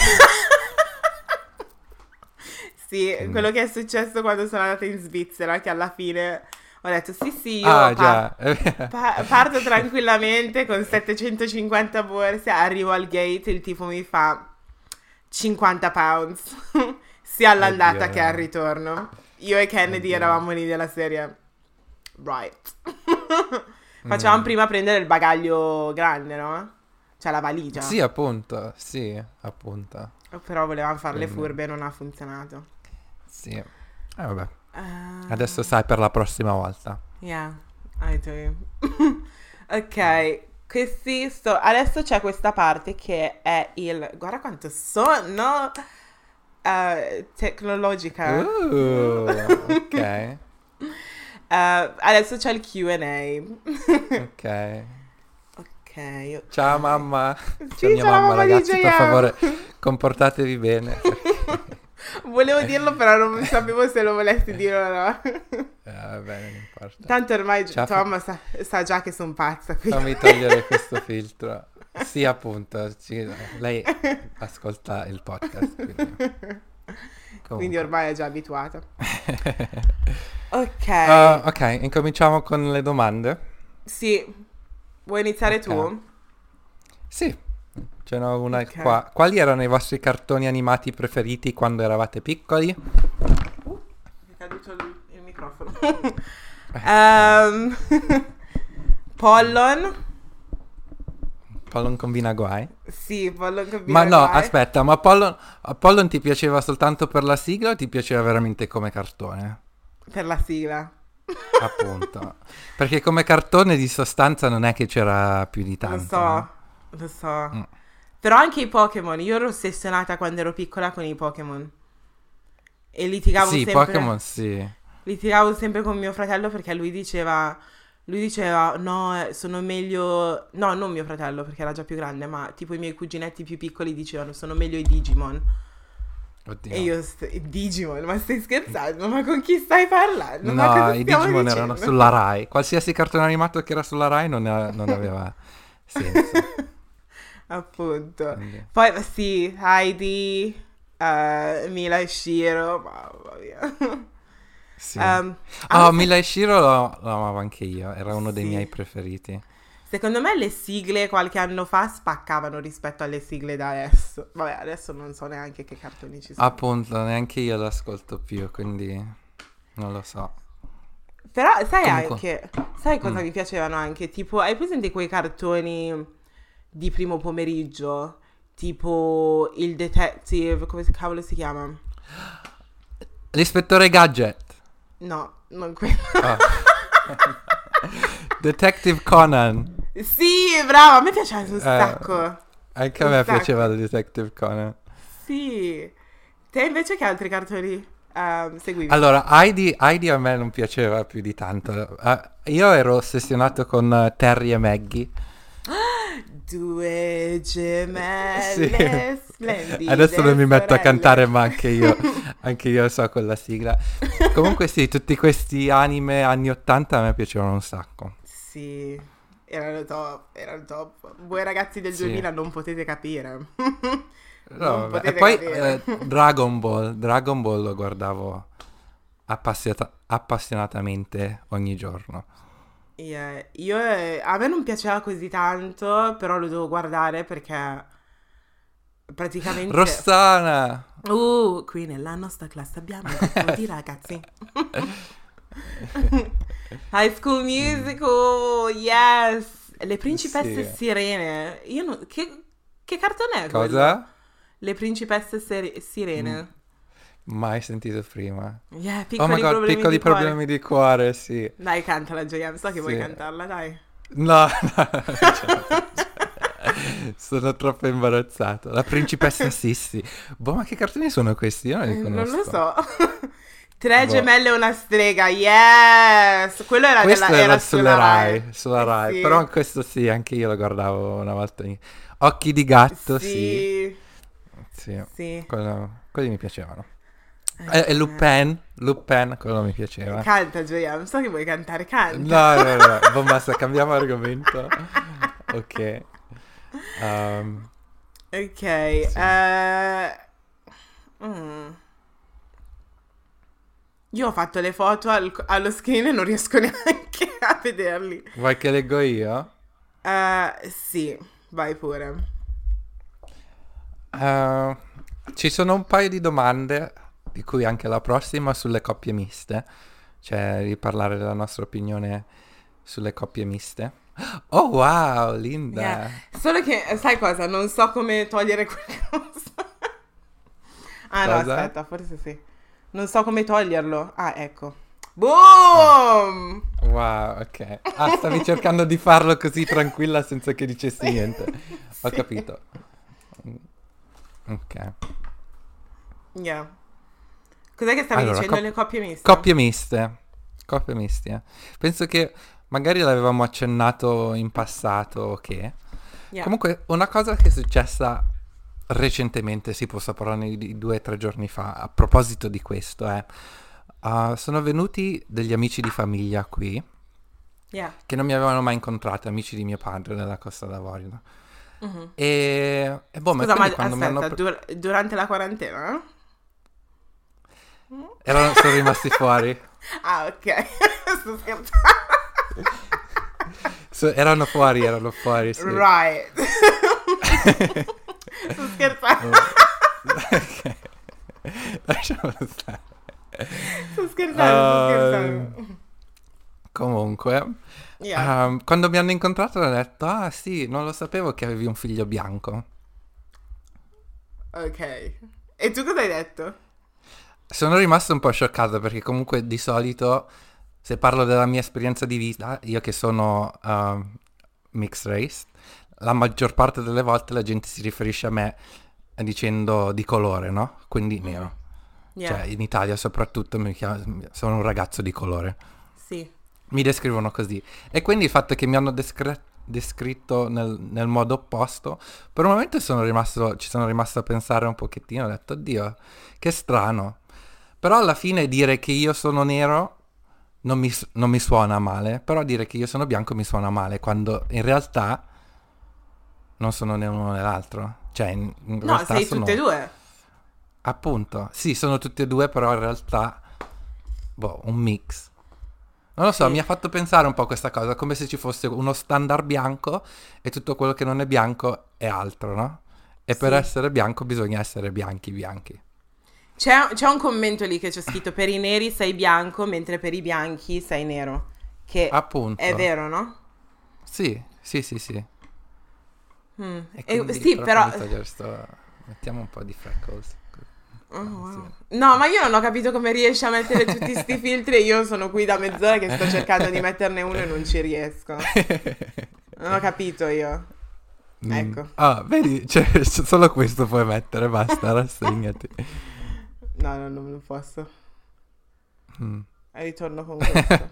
Sì, Quindi- quello che è successo quando sono andata in Svizzera, che alla fine ho detto sì, io Ah, già. parto tranquillamente con 750 borse, arrivo al gate, il tipo mi fa 50 pounds, sia all'andata Oddio, che al ritorno. Io e Kennedy Oddio. eravamo lì della serie, right. Facevamo prima prendere il bagaglio grande, no? Cioè la valigia. Sì, appunto. Sì, appunto. Però volevamo fare le Quindi- furbe e non ha funzionato. Sì. Vabbè. Ah. Adesso sai per la prossima volta. Yeah, I do. Ok, adesso c'è questa parte che è guarda quanto sono tecnologica. Ok. Adesso c'è il Q&A. Ok. Ok. Ciao mamma. Sì, Ciao mia c'è la mamma, mamma di ragazzi, per JM. favore, comportatevi bene. Volevo dirlo, però non sapevo se lo volessi dire o no. Va bene, non importa. Tanto ormai Ciao, tua mamma sa già che sono pazza. Fammi togliere questo filtro. Sì, appunto. Lei ascolta il podcast. Quindi, Quindi comunque. ormai è già abituata. Ok. Ok, incominciamo con le domande. Sì. Vuoi iniziare Ok. tu? Sì, ce n'ho una Ok. qua. Quali erano i vostri cartoni animati preferiti quando eravate piccoli? È caduto il microfono. Pollon. Pollon combina guai? Sì, Pollon che Ma no, guai. aspetta, ma Pollon ti piaceva soltanto per la sigla o ti piaceva veramente come cartone? Per la sigla. Appunto. Perché come cartone di sostanza non è che c'era più di tanto. Lo so. Mm. Però anche i Pokémon. Io ero ossessionata quando ero piccola con i Pokémon. E litigavo Sì, sempre. Pokémon sì. Litigavo sempre con mio fratello perché lui diceva, no, sono meglio, no, non mio fratello perché era già più grande, ma tipo i miei cuginetti più piccoli dicevano, sono meglio i Digimon. Oddio. E io, Digimon, ma stai scherzando? Ma con chi stai parlando? Ma No, cosa i stiamo Digimon dicendo? erano sulla Rai. Qualsiasi cartone animato che era sulla Rai non aveva senso. Appunto. Quindi- Poi, sì, Heidi, Mila e Shiro, mamma mia. Sì. Ah, Mila e Shiro lo amavo anche io, era uno dei Sì. miei preferiti. Secondo me le sigle qualche anno fa spaccavano rispetto alle sigle da adesso. Vabbè, adesso non so neanche che cartoni ci sono. Appunto, neanche io l'ascolto più, quindi non lo so. Però sai Comunque. anche, sai cosa mi piacevano anche? Tipo, hai presente quei cartoni di primo pomeriggio? Tipo il detective, come cavolo si chiama? L'ispettore Gadget. No, non quello. Ah. Detective Conan. Sì, bravo, a me piaceva un sacco. Anche a Un me sacco. piaceva il Detective Conan. Sì. Te invece che altri cartoni seguivi? Allora, Heidi a me non piaceva più di tanto. Io ero ossessionato con Terry e Maggie. Due gemelle Sì. splendide Adesso non mi metto a sorelle. cantare, ma anche io so quella sigla. Comunque sì, tutti questi anime anni 80 a me piacevano un sacco. Sì, erano top. Voi ragazzi del Sì. 2000 non potete capire. No, Non vabbè. potete E poi capire. Dragon Ball lo guardavo appassionatamente ogni giorno. Io, a me non piaceva così tanto, però lo devo guardare perché praticamente... Rossana! Qui nella nostra classe abbiamo un gruppo di ragazzi. High School Musical, yes! Le principesse Sì. sirene. Io non... che cartone è quello? Cosa? Le principesse Mm, sirene. Mai sentito prima. Yeah, Oh my piccoli god, problemi piccoli di cuore. problemi di cuore, sì. Dai, cantala, Gioia. So che vuoi Sì. cantarla, dai. No, no, non ce la faccio. Sono troppo imbarazzato. La principessa Sissi. Boh, ma che cartoni sono questi? Io non li Non lo conosco. so. Tre Boh. gemelle e una strega, yes! Quello era, Questo era era sulla Rai. sulla Rai. Sì. Però questo sì, anche io lo guardavo una volta. Occhi di gatto, sì. Sì, Sì, sì. quelli mi piacevano. E Lupin, quello mi piaceva. Canta, Gioia, non so che vuoi cantare, canta. No, no, no, boh, basta, cambiamo argomento. Ok. Ok, Sì. mm. Io ho fatto le foto allo screen e non riesco neanche a vederli. Vuoi che leggo io? Sì, vai pure. Ci sono un paio di domande, di cui anche la prossima, sulle coppie miste. Cioè, riparlare della nostra opinione sulle coppie miste. Oh, wow, Linda. Yeah. Solo che, sai cosa? Non so come togliere qualcosa. Ah no, Cosa? aspetta, forse sì. Non so come toglierlo. Ah, ecco. Boom! Wow, ok. Ah, stavi cercando di farlo così tranquilla senza che dicessi niente. Ho Sì. capito. Ok. Yeah. Cos'è che stavi Allora, dicendo le coppie miste? coppie miste. Coppie miste. Penso che magari l'avevamo accennato in passato, ok. Yeah. Comunque, una cosa che è successa recentemente, si possa parlare di 2 o 3 giorni fa, a proposito di questo, sono venuti degli amici di famiglia qui, Yeah. che non mi avevano mai incontrato, amici di mio padre della Costa d'Avorio. Mhm. E boh, ma Scusa, ma quindi quando mi hanno aspetta, durante la quarantena? sono rimasti fuori. Ah, ok. Sto scherzando. Erano fuori, sì. Right. Sto scherzando. Ok. Lasciamo stare. Sto scherzando. Comunque, Yeah. quando mi hanno incontrato hanno detto, ah sì, non lo sapevo che avevi un figlio bianco. Ok. E tu cosa hai detto? Sono rimasto un po' scioccato perché comunque di solito, se parlo della mia esperienza di vita, io che sono mixed race, la maggior parte delle volte la gente si riferisce a me dicendo di colore, no? Quindi nero. Yeah. Cioè, in Italia soprattutto sono un ragazzo di colore. Sì. Mi descrivono così. E quindi il fatto che mi hanno descritto nel modo opposto, per un momento ci sono rimasto a pensare un pochettino, ho detto, oddio, che strano. Però alla fine dire che io sono nero non mi suona male, però dire che io sono bianco mi suona male, quando in realtà non sono né uno né l'altro. Cioè, in No, realtà sei sono... tutte e due. Appunto, sì, sono tutti e due, però in realtà, boh, un mix. Non lo so, Sì. mi ha fatto pensare un po' questa cosa, come se ci fosse uno standard bianco e tutto quello che non è bianco è altro, no? E per Sì. essere bianco bisogna essere bianchi. C'è un commento lì che c'è scritto: per i neri sei bianco, mentre per i bianchi sei nero. Che Appunto. è vero, no? Sì. Mm. E quindi Sì, però... fammi togliere mettiamo un po' di freckles. Oh, wow. Sì. No, ma io non ho capito come riesci a mettere tutti sti filtri e io sono qui da mezz'ora che sto cercando di metterne uno e non ci riesco. Non ho capito io. Ecco. Ah, vedi, cioè, solo questo puoi mettere, basta, rassegnati. No, non lo posso. Mm. Ritorno con questo.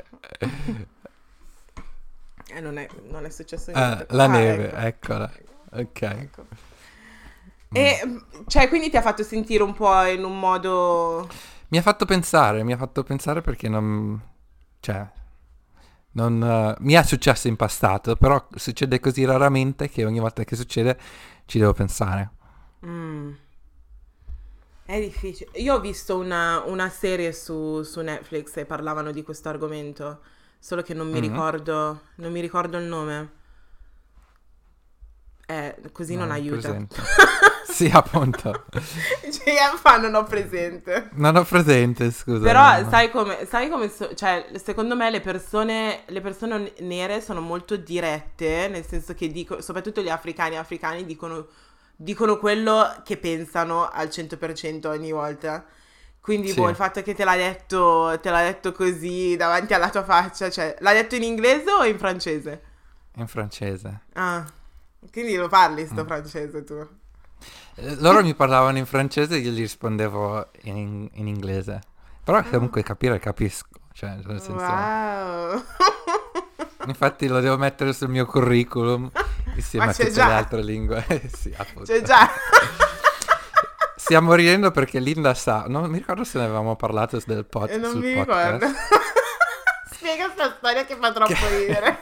E non è successo niente. La Ah, neve, ecco. eccola. Ok. Ecco. E cioè, quindi ti ha fatto sentire un po' in un modo... Mi ha fatto pensare perché non... Cioè, non... mi è successo in passato, però succede così raramente che ogni volta che succede ci devo pensare. Mm. È difficile. Io ho visto una serie su Netflix e parlavano di questo argomento, solo che Mm? non mi ricordo il nome. Così non No, aiuta. presente. Sì, appunto. JM fa non ho presente. Non ho presente, scusa. Però No. cioè, secondo me le persone nere sono molto dirette, nel senso che soprattutto gli africani dicono quello che pensano al 100% ogni volta. Quindi, boh, Sì, il fatto che te l'ha detto così davanti alla tua faccia, cioè, l'ha detto in inglese o in francese? in francese. Ah, quindi lo parli sto Mm. francese tu. Loro mi parlavano in francese e io gli rispondevo in inglese. Però Ah, comunque capire capisco. Cioè, nel senso... wow. Infatti lo devo mettere sul mio curriculum Ma insieme a c'è tutte le già, altre lingue. Sì, c'è appunto. già. Stiamo ridendo perché Linda sa... Non mi ricordo se ne avevamo parlato E non sul mi ricordo. podcast. Spiega sta storia che fa Che... troppo ridere.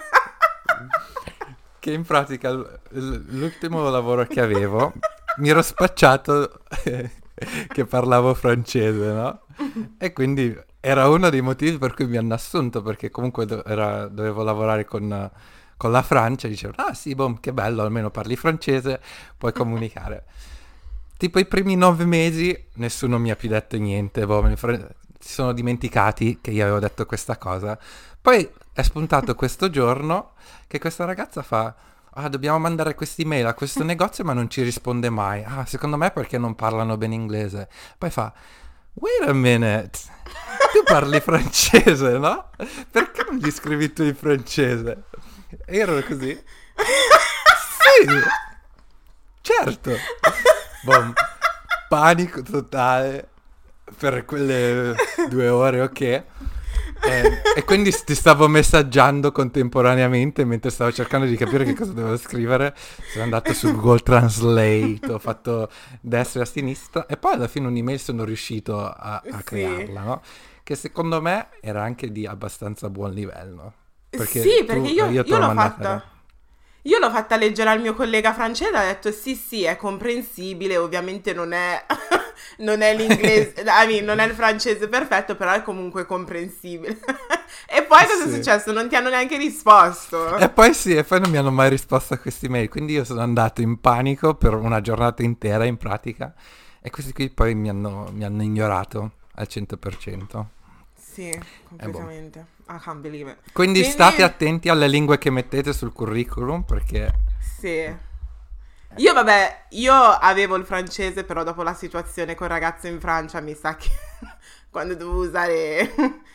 che in pratica l'ultimo lavoro che avevo mi ero spacciato che parlavo francese, no? E quindi era uno dei motivi per cui mi hanno assunto, perché comunque dovevo lavorare con la Francia, e dicevo, ah sì, boh, che bello, almeno parli francese, puoi comunicare. Tipo i primi 9 mesi nessuno mi ha più detto niente, boh, si sono dimenticati che io avevo detto questa cosa. Poi è spuntato questo giorno che questa ragazza fa, ah, dobbiamo mandare quest'email a questo negozio ma non ci risponde mai. Ah, secondo me perché non parlano bene inglese. Poi fa, wait a minute, tu parli francese, no? Perché non gli scrivi tu in francese? E ero così. Sì, certo. Boh, panico totale per quelle 2 ore, ok? E quindi ti stavo messaggiando contemporaneamente mentre stavo cercando di capire che cosa dovevo scrivere. Sono andato su Google Translate, ho fatto destra e a sinistra e poi alla fine un'email sono riuscito a Sì. crearla, no? Che secondo me era anche di abbastanza buon livello. Perché Sì, perché io te io l'ho l'ho mandata, fatta. Io l'ho fatta leggere al mio collega francese, ha detto sì, sì, è comprensibile, ovviamente non è, non è l'inglese, non è il francese perfetto, però è comunque comprensibile. E poi cosa è sì. successo? Non ti hanno neanche risposto. E poi sì, e poi non mi hanno mai risposto a questi mail, quindi io sono andato in panico per una giornata intera in pratica e questi qui poi mi hanno ignorato al 100%. Sì, E boh. completamente. I can't believe it. Quindi state Quindi, attenti alle lingue che mettete sul curriculum perché... sì. Io avevo il francese, però dopo la situazione col ragazzo in Francia mi sa che quando dovevo usare,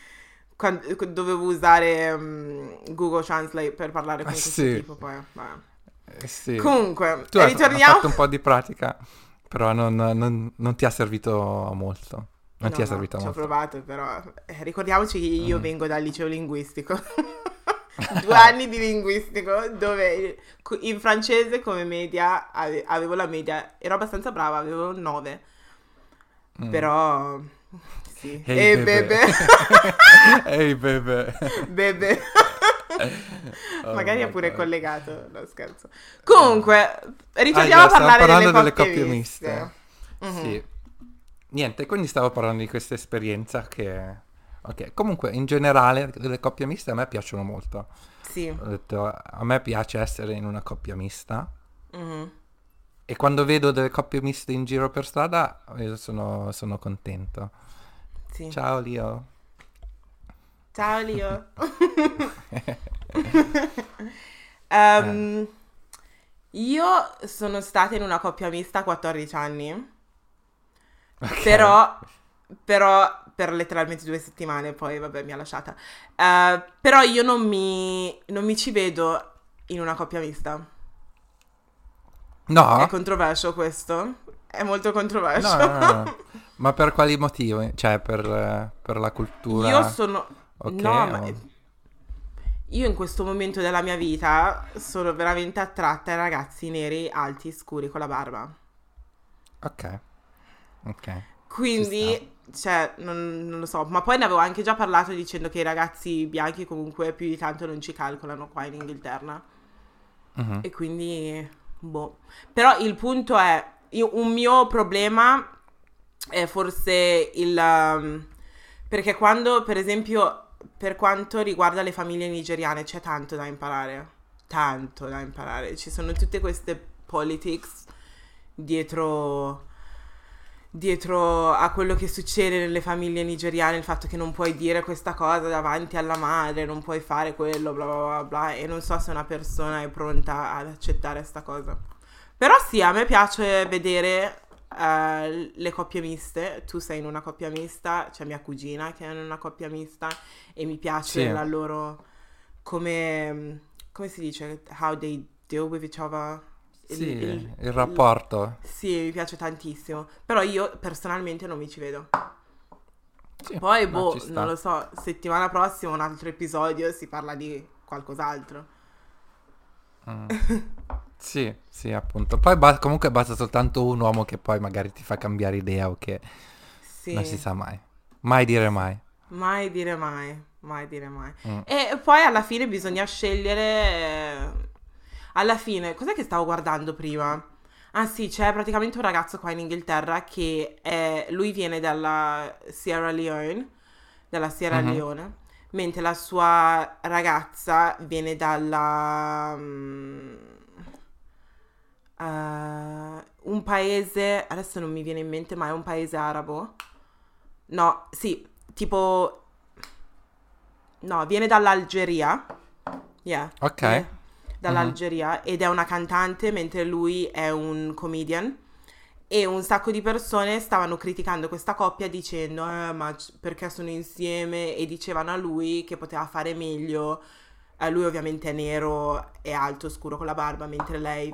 Google Translate per parlare con questo sì, tipo, poi, vabbè. sì. Comunque, Tu hai ritorniamo. fatto un po' di pratica, però non ti ha servito a molto. Non ti No, è no, servito a ci ho molto. provato, però ricordiamoci che io Mm. vengo dal liceo linguistico. 2 anni di linguistico dove in francese come media avevo la media, ero abbastanza brava, avevo un 9, Mm. però sì. Hey E bebe. bebe, Hey bebe. bebe. Oh Magari è my pure God. collegato, no scherzo. No. Comunque, Ah ritorniamo già, a stavo parlare delle parlando delle coppie coppie miste. miste. Mhm. Sì. Niente, quindi stavo parlando di questa esperienza che... Ok, comunque in generale le coppie miste a me piacciono molto. Sì. Ho detto, a me piace essere in una coppia mista Mhm. e quando vedo delle coppie miste in giro per strada io sono contento. Sì. Ciao Leo. Ciao Leo. Eh, Ehm, io sono stata in una coppia mista a 14 anni, ok. però, per letteralmente 2 settimane, poi vabbè mi ha lasciata. Però io non mi ci vedo in una coppia mista. È No? controverso questo? È molto No, controverso. no, no, no. Ma per quali motivi? Cioè, per la Io cultura? sono... Ok? No, ma io in questo momento della mia vita sono veramente attratta ai ragazzi neri, alti, scuri, con la barba. Ok, ok. Ci sta. Quindi, cioè, non lo so, ma poi ne avevo anche già parlato dicendo che i ragazzi bianchi comunque più di tanto non ci calcolano qua in Inghilterra. Mhm. E quindi, boh. Però il punto è, un mio problema è forse perché quando, per esempio, per quanto riguarda le famiglie nigeriane, c'è tanto da imparare. Tanto da imparare. Ci sono tutte queste politics dietro a quello che succede nelle famiglie nigeriane, il fatto che non puoi dire questa cosa davanti alla madre, non puoi fare quello, bla bla bla bla, e non so se una persona è pronta ad accettare sta cosa. Però sì, a me piace vedere le coppie miste. Tu sei in una coppia mista, c'è mia cugina che è in una coppia mista e mi piace Sì, la loro come si dice, how they deal with each other. sì, il rapporto. Sì, mi piace tantissimo. Però io personalmente non mi ci vedo. Sì, Poi, ma ci non sta. lo so, settimana prossima un altro episodio si parla di qualcos'altro. Mm. Sì, sì, appunto. Poi comunque basta soltanto un uomo che poi magari ti fa cambiare idea o che non si Sì, sa mai. Mai dire sì. mai. Mai dire mai, mai dire mai. Mm. E poi alla fine bisogna scegliere. Alla fine, cos'è che stavo guardando prima? Ah sì, c'è praticamente un ragazzo qua in Inghilterra lui viene dalla Sierra Mhm. Leone, mentre la sua ragazza viene un paese, adesso non mi viene in mente, ma è un paese arabo. No, sì, tipo, no, viene dall'Algeria. Yeah, Ok. viene Mhm. dall'Algeria ed è una cantante mentre lui è un comedian. E un sacco di persone stavano criticando questa coppia dicendo, ma perché sono insieme? E dicevano a lui che poteva fare meglio. Lui ovviamente è nero, è alto, scuro con la barba, mentre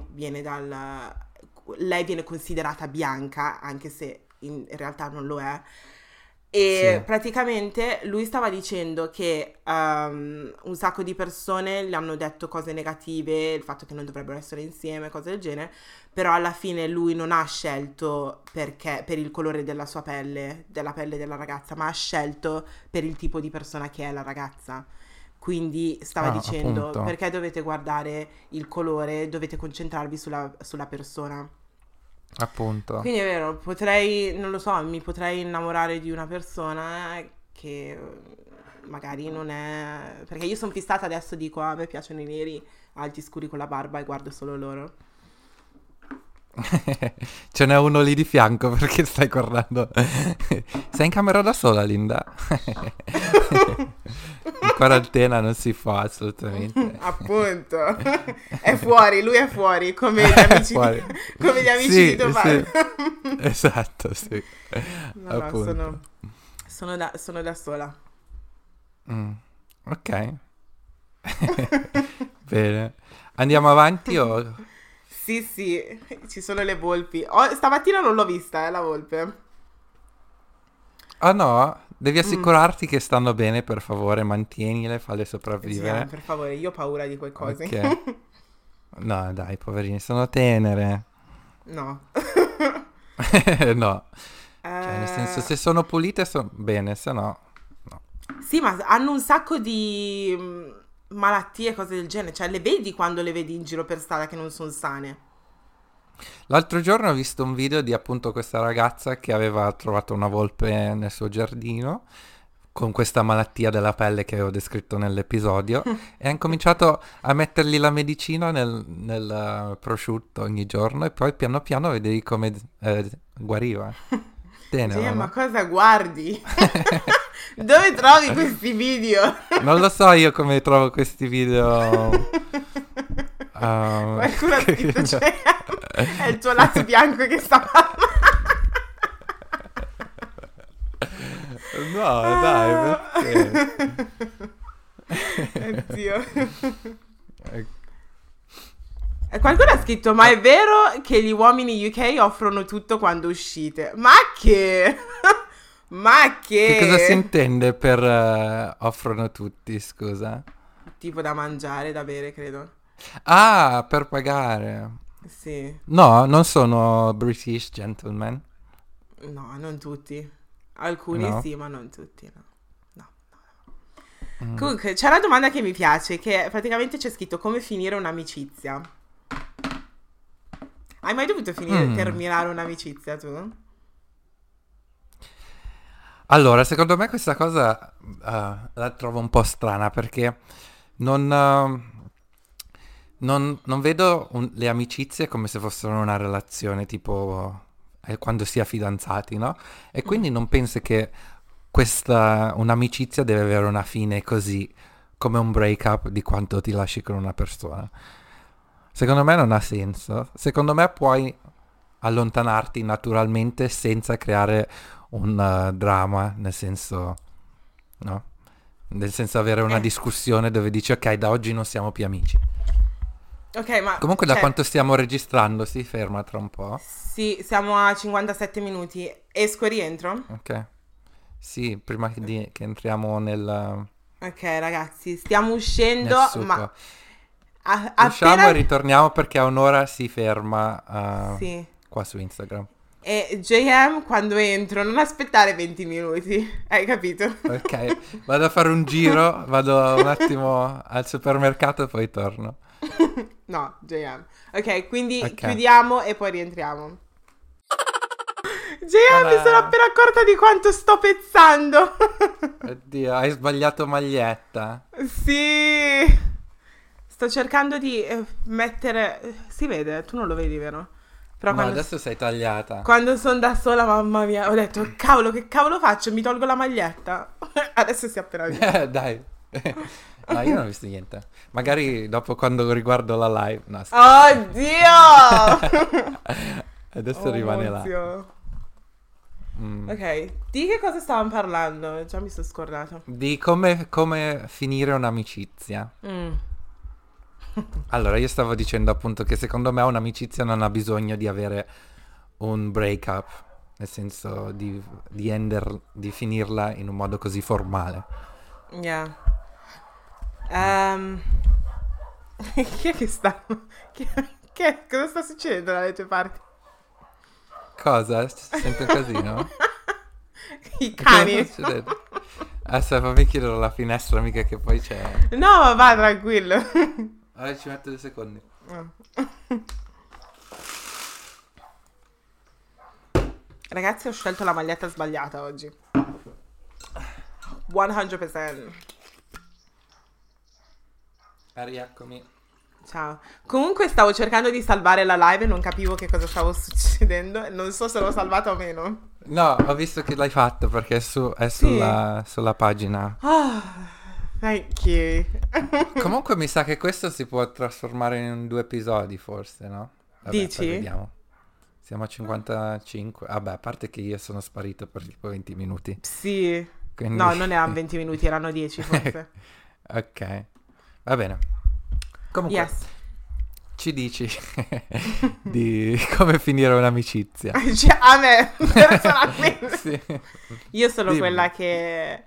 lei viene considerata bianca, anche se in realtà non lo è. Sì. E praticamente lui stava dicendo che un sacco di persone gli hanno detto cose negative, il fatto che non dovrebbero essere insieme, cose del genere, però alla fine lui non ha scelto per il colore della sua pelle, della pelle della ragazza, ma ha scelto per il tipo di persona che è la ragazza. Quindi stava Ah, dicendo, appunto. perché dovete guardare il colore, dovete concentrarvi sulla persona. Appunto. Quindi è vero, non lo so, mi potrei innamorare di una persona che magari non è. Perché io sono fissata adesso, dico, a me piacciono i neri alti scuri con la barba e guardo solo loro. Ce n'è uno lì di fianco perché stai guardando. Sei in camera da sola, Linda? In quarantena non si fa assolutamente. Appunto, è fuori, lui è fuori, come gli amici di, Fuori. come gli amici di Sì, Tommaso. sì, esatto, sì. No, no, Appunto. sono da sola. Mm, ok. Bene. Andiamo avanti o... Sì, sì, ci sono le volpi. Stamattina non l'ho vista, la volpe. Ah no, devi Mm. assicurarti che stanno bene, per favore, mantienile, falle Gian, sopravvivere. per favore, io ho paura di quelle cose. Ok. No, dai, poverini, sono tenere. No. No. Cioè, nel senso, Eh, se sono pulite, sono bene, se no... No. sì, ma hanno un sacco di malattie e cose del genere. Cioè, le vedi quando le vedi in giro per strada che non sono sane. L'altro giorno ho visto un video di appunto questa ragazza che aveva trovato una volpe nel suo giardino con questa malattia della pelle che avevo descritto nell'episodio e ha incominciato a mettergli la medicina nel prosciutto ogni giorno e poi piano piano vedevi come guariva. Tenero, Gian, ma no? cosa guardi? Dove trovi questi video? Non lo so io come trovo questi video. Qualcuno ha scritto, No. cioè, è il tuo lato bianco che sta parlando. No, dai, perché? Oddio. Eh, E qualcuno ha scritto, ma è vero che gli uomini UK offrono tutto quando uscite? Ma che? Ma Che cosa si che? intende per offrono tutti, scusa? Tipo da mangiare, da bere, credo. Ah, per pagare. Sì. No, non sono British gentlemen. No, non tutti. Alcuni No. sì, ma non tutti, no. No. Mm. Comunque, c'è una domanda che mi piace, che praticamente c'è scritto come finire un'amicizia. Hai mai dovuto Mm. terminare un'amicizia tu? Allora, secondo me questa cosa la trovo un po' strana perché non, non vedo le amicizie come se fossero una relazione tipo quando si è fidanzati, no? E Mm. quindi non penso che un'amicizia deve avere una fine così come un break-up di quanto ti lasci con una persona. Secondo me non ha senso. Secondo me puoi allontanarti naturalmente senza creare un dramma, nel senso, no? Nel senso avere una Eh, discussione dove dici ok, da oggi non siamo più amici. ok, ma Comunque da cioè, quanto stiamo registrando si ferma tra un po'. sì, siamo a 57 minuti. Esco e rientro? Ok. Sì, prima che entriamo Ok, ragazzi, stiamo uscendo, nel ma succo. Usciamo appena... e ritorniamo perché a un'ora si ferma Sì. qua su Instagram. E JM, quando entro, non aspettare 20 minuti. Hai capito? Ok, vado a fare un giro, vado un attimo al supermercato e poi torno. No, JM. Ok, quindi Ok. chiudiamo e poi rientriamo. JM, mi sono Tada! appena accorta di quanto sto pezzando. Oddio, hai sbagliato maglietta. Sì. Sto cercando di mettere... Si vede, tu non lo vedi, vero? Però No, adesso sei tagliata. quando sono da sola, mamma mia, ho detto, cavolo, che cavolo faccio? Mi tolgo la maglietta. Adesso si è appena visto. Dai. No, io non ho visto niente. Magari dopo quando riguardo la live. No, Oddio! adesso Oh rimane mio là. Dio. Mm. Ok, di che cosa stavamo parlando? Già mi sono scordato. Di come finire un'amicizia. Mm. Allora, io stavo dicendo appunto che secondo me un'amicizia non ha bisogno di avere un break-up, nel senso di finirla in un modo così formale. Yeah. Ehm, chi è che sta? Cosa sta succedendo dalle tue parti? Cosa? Sento un casino? I Cosa sta cani. succedendo? Aspetta, fammi chiudere la finestra, mica che poi c'è... No, ma va tranquillo. Allora ci metto 2 secondi. Ragazzi, ho scelto la maglietta sbagliata oggi. 100%. Rieccomi. Ciao. Comunque stavo cercando di salvare la live e non capivo che cosa stavo succedendo. Non so se l'ho salvata o meno. No, ho visto che l'hai fatto perché è Sì. sulla pagina. Ah, thank you. Comunque mi sa che questo si può trasformare in 2 episodi forse, no? Vabbè, poi Dici? vediamo. Siamo a 55. Vabbè, a parte che io sono sparito per tipo 20 minuti. Sì. Quindi... No, non erano 20 minuti, erano 10 forse. ok, va bene. Comunque, Yes. ci dici di come finire un'amicizia. Cioè, a me, personalmente. Sì. Io sono Dimmi. quella che...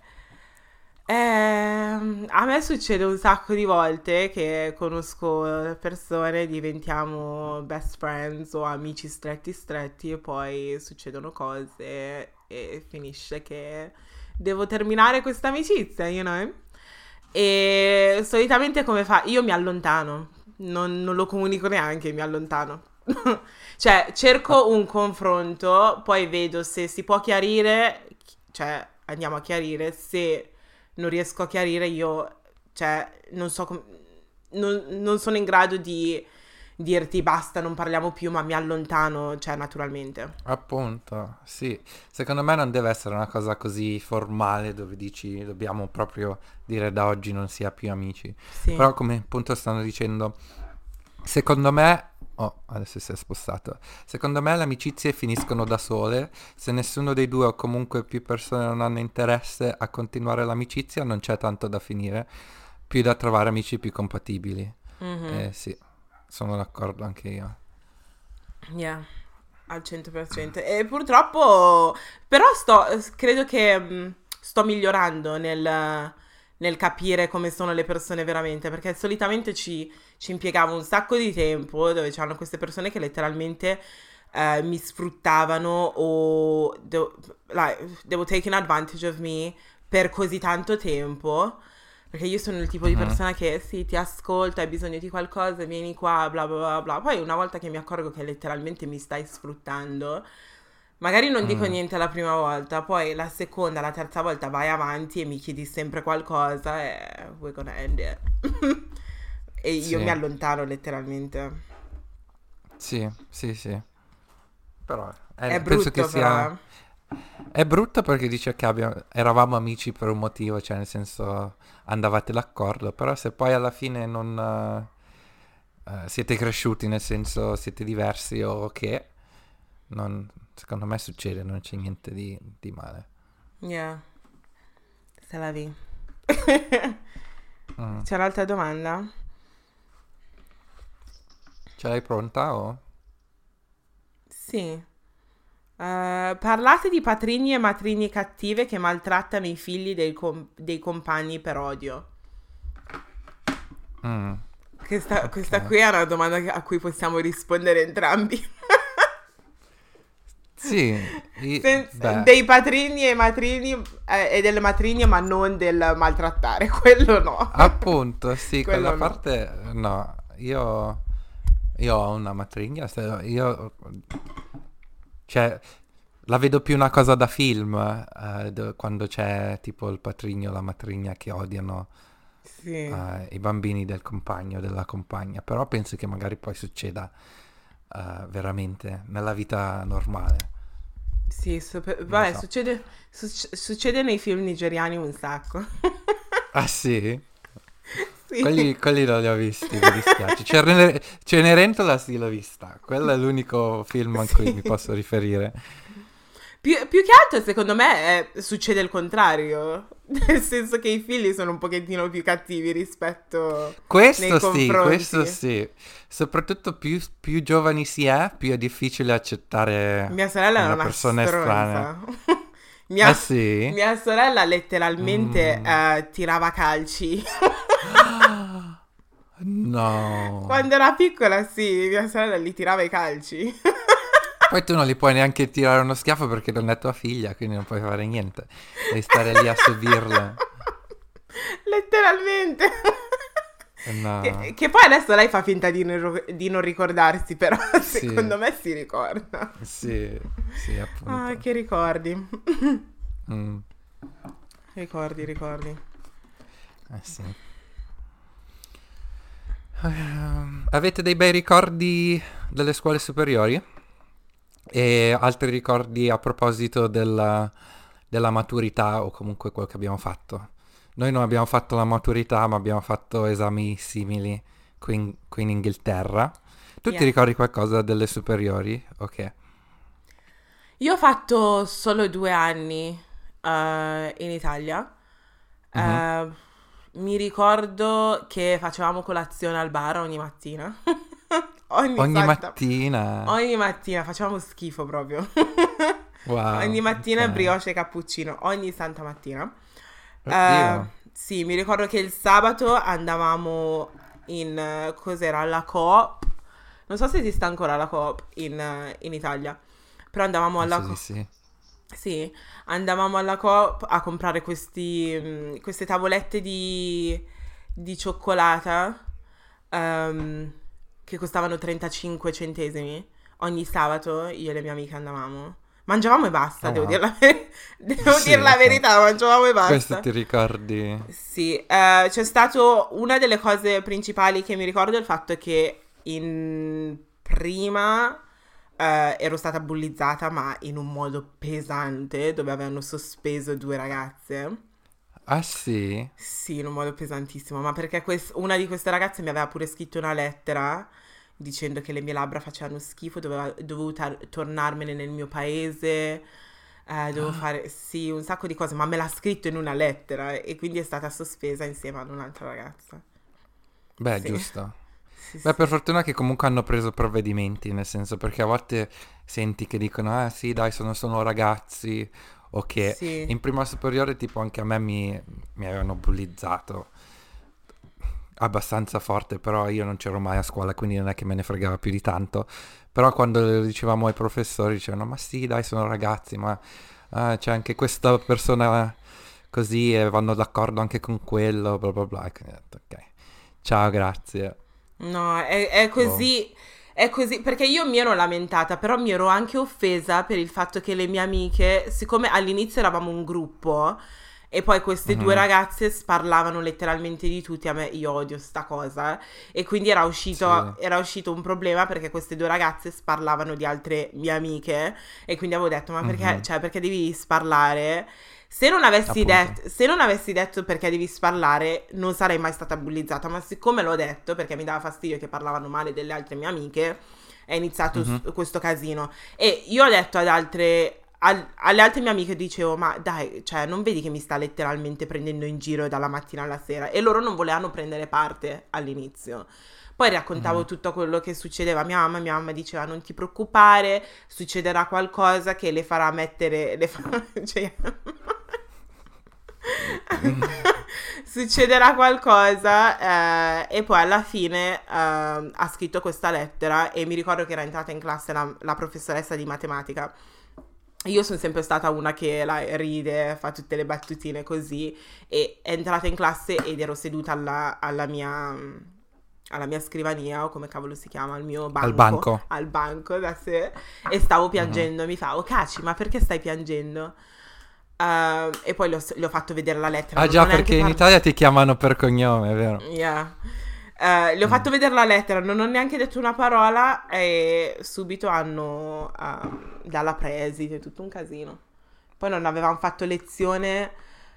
a me succede un sacco di volte che conosco persone, diventiamo best friends o amici stretti stretti e poi succedono cose e finisce che devo terminare questa amicizia, you know? E solitamente come fa? Io mi allontano, non lo comunico neanche, mi allontano. Cioè, Ah, cerco un confronto, poi vedo se si può chiarire, cioè andiamo a chiarire, se non riesco a chiarire io, cioè non so non sono in grado di dirti basta, non parliamo più, ma mi allontano, cioè naturalmente. appunto, sì. Secondo me non deve essere una cosa così formale dove dici dobbiamo proprio dire da oggi non si è più amici. Sì. Però come appunto stanno dicendo, secondo me... Oh, adesso si è spostato. Secondo me le amicizie finiscono da sole. Se nessuno dei due o comunque più persone non hanno interesse a continuare l'amicizia, non c'è tanto da finire, più da trovare amici più compatibili. Mhm. Sì, sono d'accordo anche io. Yeah, al 100%. E purtroppo, però credo che sto migliorando nel capire come sono le persone veramente, perché solitamente ci impiegavo un sacco di tempo, dove c'erano queste persone che letteralmente mi sfruttavano o they were taking advantage of me per così tanto tempo. Perché io sono il tipo di Mhm. persona che sì, ti ascolta, hai bisogno di qualcosa, vieni qua, bla bla bla bla. Poi una volta che mi accorgo che letteralmente mi stai sfruttando, Magari non dico Mm, niente la prima volta, poi la seconda, la terza volta vai avanti e mi chiedi sempre qualcosa e we're gonna end it. E io mi sì, allontano letteralmente. sì, sì, sì. Però È penso che brutto però, sia... eh. È brutto perché dice che eravamo amici per un motivo, cioè nel senso andavate d'accordo, però se poi alla fine non siete cresciuti, nel senso siete diversi o che, secondo me succede, non c'è niente di male. Yeah, c'est la vie. Mm. C'è un'altra domanda? Ce l'hai pronta o? Sì. Parlate di patrigni e matrigni cattive che maltrattano i figli dei compagni per odio. Mm, Questa ok. qui è una domanda a cui possiamo rispondere entrambi. Sì, beh, Dei patrigni e matrini e delle matrigne, ma non del maltrattare, quello no. appunto, sì, quella Quello no. parte no, io ho una matrigna, io, cioè, la vedo più una cosa da film, quando c'è tipo il patrigno o la matrigna che odiano Sì, i bambini del compagno o della compagna, però penso che magari poi succeda veramente nella vita normale. sì, Non lo vabbè, so. succede nei film nigeriani un sacco. Ah sì? Sì. Quelli non li ho visti, mi dispiace. Cenerentola sì l'ho vista, quello è l'unico film a cui mi Sì. posso riferire. Più che altro, secondo me, succede il contrario. Nel senso che i figli sono un pochettino più cattivi rispetto nei Questo confronti. sì. Soprattutto più giovani si è, più è difficile accettare Mia sorella era una una persona estranea. stronza. Ah Mia, sì? mia sorella letteralmente Mm. tirava calci. No. Quando era piccola, sì, mia sorella li tirava i calci. Poi tu non li puoi neanche tirare uno schiaffo perché non è tua figlia, quindi non puoi fare niente. Devi stare lì a subirla. Letteralmente. No. Che poi adesso lei fa finta di non ricordarsi, però Sì, secondo me si ricorda. sì, sì, Ah, appunto. che ricordi. Mm, Ricordi, ricordi. sì. Avete dei bei ricordi delle scuole superiori? E altri ricordi a proposito della maturità o comunque quello che abbiamo fatto? Noi non abbiamo fatto la maturità, ma abbiamo fatto esami simili qui in Inghilterra. Tu ti Yeah. ricordi qualcosa delle superiori? Ok. Io ho fatto solo 2 anni in Italia. Mhm. Eh, Mi ricordo che facevamo colazione al bar ogni mattina. Ogni Ogni santa... mattina. Ogni mattina facevamo schifo proprio. Ogni Wow, mattina ok. brioche e cappuccino, ogni santa mattina. Eh, Oddio. sì, mi ricordo che il sabato andavamo in... cos'era? La Coop. Non so se esiste ancora la Coop in Italia. Però andavamo alla Penso di Coop. sì. Sì, andavamo alla Coop a comprare queste tavolette di cioccolata ehm, che costavano 35 centesimi. Ogni sabato io e le mie amiche andavamo. Mangiavamo e basta, Oh wow. devo dire Sì, la ok. verità, mangiavamo e Questo basta. ti ricordi? Sì, c'è stato una delle cose principali che mi ricordo è il fatto che in prima ero stata bullizzata, ma in un modo pesante, dove avevano sospeso 2 ragazze. Ah sì? Sì, in un modo pesantissimo, ma perché una di queste ragazze mi aveva pure scritto una lettera dicendo che le mie labbra facevano schifo, dovevo tornarmene nel mio paese, dovevo fare, sì, un sacco di cose, ma me l'ha scritto in una lettera e quindi è stata sospesa insieme ad un'altra ragazza. Beh, Sì, giusto. sì, Beh, per sì. fortuna che comunque hanno preso provvedimenti, nel senso perché a volte senti che dicono, ah sì, dai, sono solo ragazzi, o che Sì. in prima superiore tipo anche a me mi avevano bullizzato abbastanza forte, però io non c'ero mai a scuola, quindi non è che me ne fregava più di tanto. Però quando lo dicevamo ai professori dicevano, ma sì, dai, sono ragazzi, ma c'è anche questa persona così e vanno d'accordo anche con quello, bla bla bla. E quindi ho detto, ok, ciao, grazie. No, è Boh. così. È così, perché io mi ero lamentata, però mi ero anche offesa per il fatto che le mie amiche, siccome all'inizio eravamo un gruppo e poi queste due Mhm. ragazze sparlavano letteralmente di tutti, a me io odio sta cosa, e quindi Sì. era uscito un problema perché queste due ragazze sparlavano di altre mie amiche e quindi avevo detto, ma perché, Mhm. cioè, perché devi sparlare? Appunto. Se non avessi detto perché devi sparlare, non sarei mai stata bullizzata. Ma siccome l'ho detto, perché mi dava fastidio che parlavano male delle altre mie amiche, è iniziato Mhm. questo casino. E io ho detto alle altre mie amiche, dicevo, ma dai, cioè, non vedi che mi sta letteralmente prendendo in giro dalla mattina alla sera? E loro non volevano prendere parte all'inizio. Poi raccontavo Mhm. tutto quello che succedeva a mia mamma diceva non ti preoccupare, succederà qualcosa che le farà mettere, cioè, succederà qualcosa e poi alla fine ha scritto questa lettera e mi ricordo che era entrata in classe la professoressa di matematica. Io sono sempre stata una che ride, fa tutte le battutine così e è entrata in classe ed ero seduta alla mia scrivania o come cavolo si chiama, Al banco. al banco da sé e stavo Mhm. piangendo. Mi fa, oh Caci, ma perché stai piangendo? E poi le ho fatto vedere la lettera, Ah non già, ho neanche perché in parlato. Italia ti chiamano per cognome, è vero? Yeah. Le ho fatto Mm. vedere la lettera, non ho neanche detto una parola e subito hanno dalla preside, tutto un casino. Poi non avevamo fatto lezione,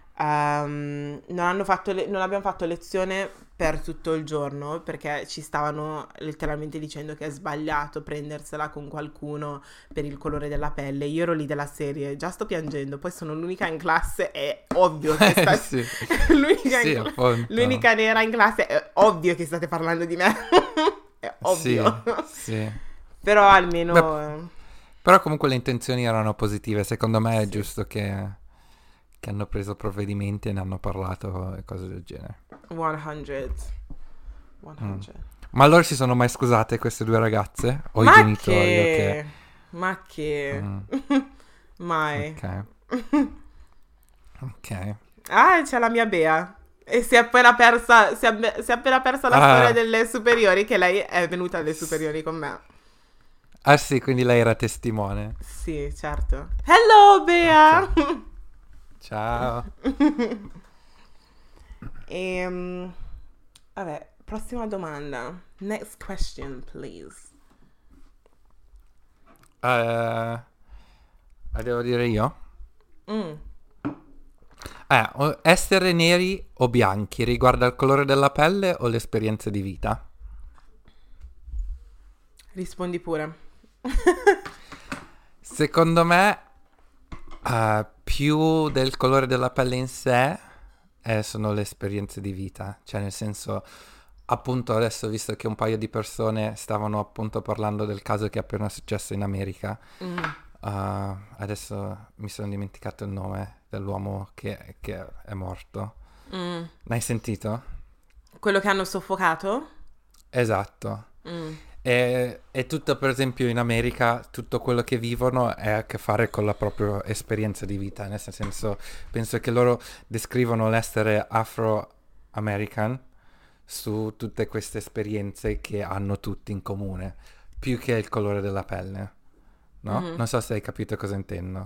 non abbiamo fatto lezione per tutto il giorno perché ci stavano letteralmente dicendo che è sbagliato prendersela con qualcuno per il colore della pelle. Io ero lì della serie, già sto piangendo, poi sono l'unica in classe, è ovvio che Sì. l'unica, Sì, appunto. l'unica nera in classe, è ovvio che state parlando di me. È Sì, ovvio. sì. Però Beh, almeno però comunque le intenzioni erano positive. Secondo me è sì, giusto che hanno preso provvedimenti e ne hanno parlato e cose del genere. 100. Mm. 100. Ma allora si sono mai scusate queste due ragazze? O i Ma genitori, ok. che? Ma che? Mm, Mai. ok, ok. Ah, c'è la mia Bea. E si è appena persa la storia Ah, delle superiori, che lei è venuta alle s- superiori con me. ah sì, quindi lei era testimone. Sì, certo. Hello, Ok, Bea! ciao. Vabbè, prossima domanda. Next question, please. Devo dire io? Mm, Essere neri o bianchi riguarda il colore della pelle o l'esperienza di vita? rispondi pure. Secondo me, più del colore della pelle in sé, sono le esperienze di vita. Cioè, nel senso, appunto, adesso, visto che un paio di persone stavano appunto parlando del caso che è appena successo in America, Mm, adesso mi sono dimenticato il nome dell'uomo che è morto. mm. L'hai sentito? Quello che hanno soffocato? Esatto. Mm. E tutto, per esempio, in America, tutto quello che vivono è a che fare con la propria esperienza di vita. Nel senso, penso che loro descrivono l'essere afro-american su tutte queste esperienze che hanno tutti in comune, più che il colore della pelle, no? Mhm. Non so se hai capito cosa intendo.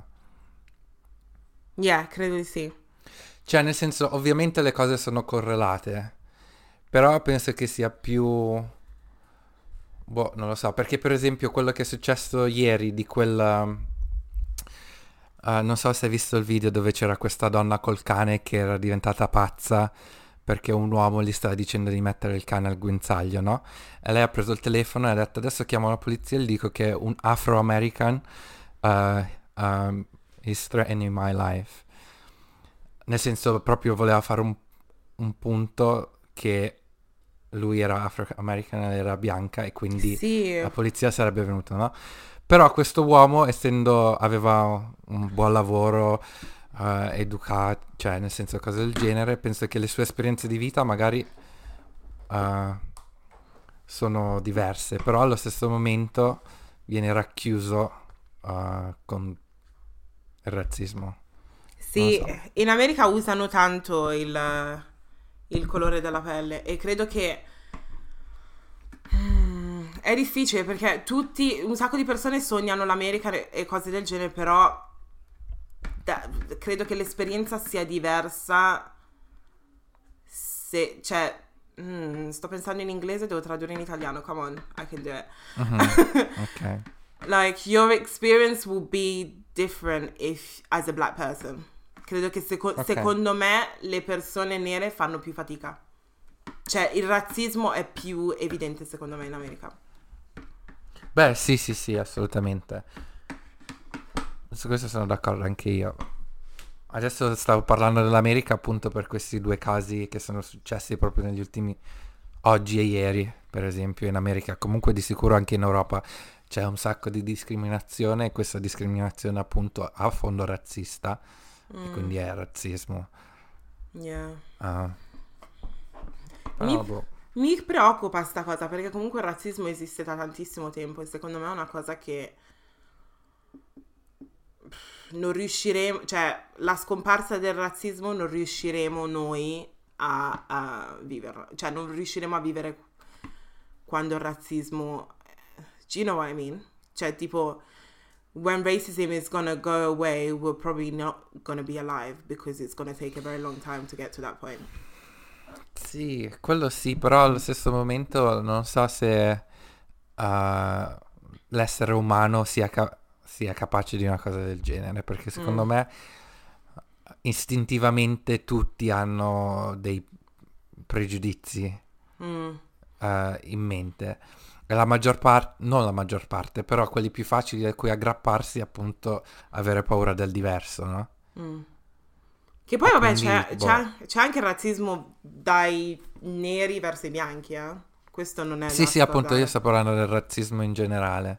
Yeah, credo di sì. Cioè, nel senso, ovviamente le cose sono correlate, però penso che sia più. Boh, non lo so, perché per esempio quello che è successo ieri di quel. Non so se hai visto il video dove c'era questa donna col cane che era diventata pazza perché un uomo gli stava dicendo di mettere il cane al guinzaglio, no? E lei ha preso il telefono e ha detto adesso chiamo la polizia e gli dico che un Afro-American uh, is threatening my life. Nel senso proprio voleva fare un punto che lui era Afro-American e era bianca e quindi Sì, la polizia sarebbe venuta, no? Però questo uomo, aveva un buon lavoro, educato, cioè nel senso cose del genere, penso che le sue esperienze di vita magari eh, sono diverse, però allo stesso momento viene racchiuso con il razzismo. Non lo sì, so. in America usano tanto il colore della pelle e credo che È difficile perché un sacco di persone sognano l'America e cose del genere, però credo che l'esperienza sia diversa se, cioè, sto pensando in inglese, devo tradurre in italiano, come on, I can do it. Ok. Like, your experience will be different as a black person. Credo che secondo me le persone nere fanno più fatica. Cioè, il razzismo è più evidente secondo me in America. Beh, sì, assolutamente. Su questo sono d'accordo anche io. Adesso stavo parlando dell'America appunto per questi due casi che sono successi proprio negli ultimi... Oggi e ieri, per esempio, in America. Comunque di sicuro anche in Europa c'è un sacco di discriminazione e questa discriminazione appunto ha a fondo razzista. E quindi è razzismo. Yeah. Boh. Mi preoccupa sta cosa perché comunque il razzismo esiste da tantissimo tempo e secondo me è una cosa che non riusciremo, cioè la scomparsa del razzismo non riusciremo noi a vivere, cioè non riusciremo a vivere quando il razzismo, do you know what I mean? Cioè tipo when racism is gonna go away, we're probably not gonna be alive because it's gonna take a very long time to get to that point. Sì, quello sì, però allo stesso momento non so se l'essere umano sia capace di una cosa del genere, perché secondo me istintivamente tutti hanno dei pregiudizi in mente. E la maggior parte, non la maggior parte, però quelli più facili a cui aggrapparsi è appunto avere paura del diverso, no? Che poi vabbè quindi, c'è anche il razzismo dai neri verso i bianchi, eh? Questo non è Sì, appunto io sto parlando del razzismo in generale.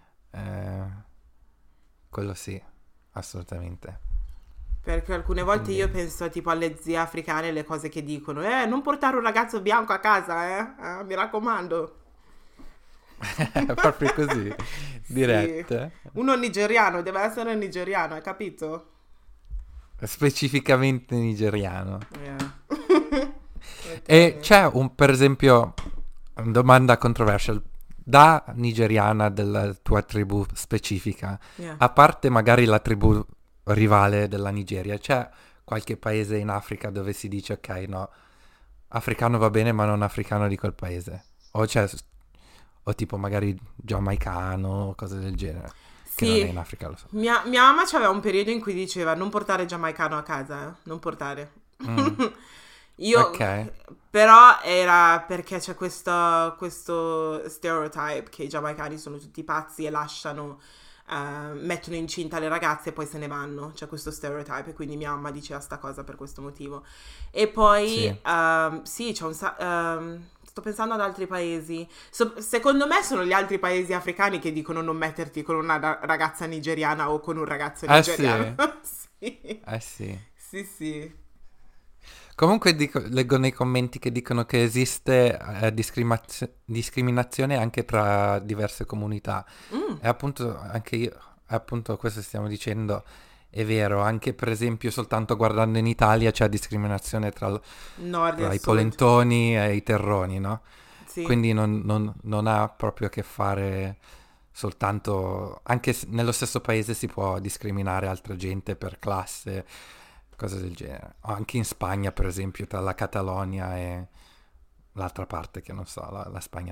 Quello sì, assolutamente. Perché alcune volte io penso tipo alle zie africane, le cose che dicono, non portare un ragazzo bianco a casa, mi raccomando. Proprio così, dirette. Sì. Uno nigeriano, deve essere nigeriano, hai capito? Specificamente nigeriano. Yeah. E c'è per esempio, domanda controversial, da nigeriana della tua tribù specifica, Yeah. a parte magari la tribù rivale della Nigeria, c'è qualche paese in Africa dove si dice ok, no, africano va bene ma non africano di quel paese? O tipo magari giamaicano, cose del genere? Che non è in Africa, lo so. Mia mamma c'aveva un periodo in cui diceva non portare giamaicano a casa, non portare. Io, Ok. però era perché c'è questo stereotype che i giamaicani sono tutti pazzi e lasciano, mettono incinta le ragazze e poi se ne vanno. C'è questo stereotype e quindi mia mamma diceva sta cosa per questo motivo. E poi, sì, c'è sto pensando ad altri paesi. Secondo me sono gli altri paesi africani che dicono non metterti con una ragazza nigeriana o con un ragazzo nigeriano. Sì. Sì. Sì. Comunque leggo nei commenti che dicono che esiste discriminazione anche tra diverse comunità. E appunto anche io, appunto questo stiamo dicendo, è vero, anche per esempio soltanto guardando in Italia c'è discriminazione tra i polentoni e i terroni, no? Sì. Quindi non ha proprio a che fare soltanto, anche nello stesso paese si può discriminare altra gente per classe, cose del genere. Anche in Spagna, per esempio, tra la Catalogna e l'altra parte, che non so, la Spagna.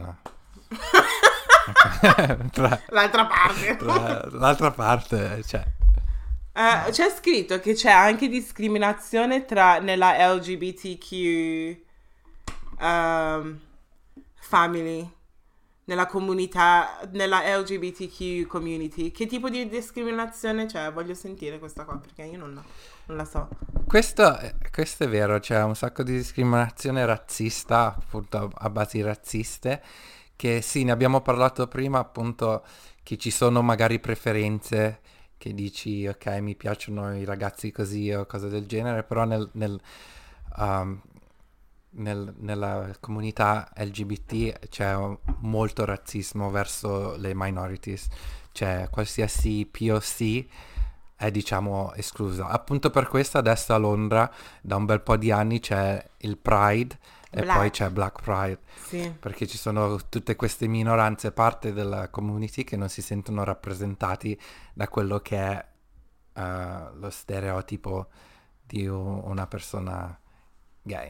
L'altra parte. L'altra parte, cioè. C'è scritto che c'è anche discriminazione nella LGBTQ family, nella comunità, nella LGBTQ community. Che tipo di discriminazione c'è? Voglio sentire questa qua perché io non la so. Questo è vero, c'è un sacco di discriminazione razzista, appunto a basi razziste, che sì, ne abbiamo parlato prima, appunto, che ci sono magari preferenze che dici ok, mi piacciono i ragazzi così o cose del genere, però nella comunità LGBT c'è molto razzismo verso le minorities, cioè qualsiasi POC è diciamo esclusa. Appunto per questo adesso a Londra da un bel po' di anni c'è il Pride E poi Black. c'è Black Pride, Sì. perché ci sono tutte queste minoranze, parte della community che non si sentono rappresentati da quello che è lo stereotipo di una persona gay.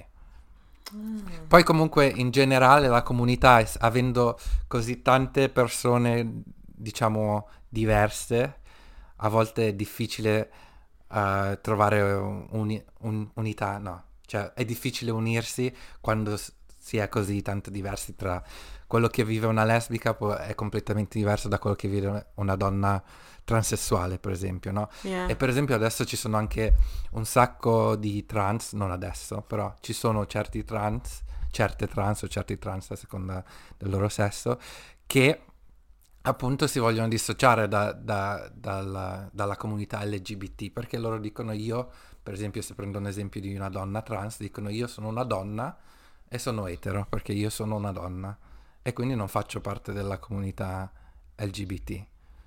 Poi comunque in generale la comunità, avendo così tante persone, diciamo, diverse, a volte è difficile trovare unità, no, cioè è difficile unirsi quando si è così tanto diversi tra quello che vive una lesbica è completamente diverso da quello che vive una donna transessuale, per esempio, no? Yeah. E per esempio adesso ci sono anche un sacco di trans, non adesso, però ci sono certi trans, certe trans o certi trans a seconda del loro sesso, che appunto si vogliono dissociare dalla comunità LGBT, perché loro dicono io, per esempio se prendo un esempio di una donna trans, dicono io sono una donna e sono etero, perché io sono una donna e quindi non faccio parte della comunità LGBT,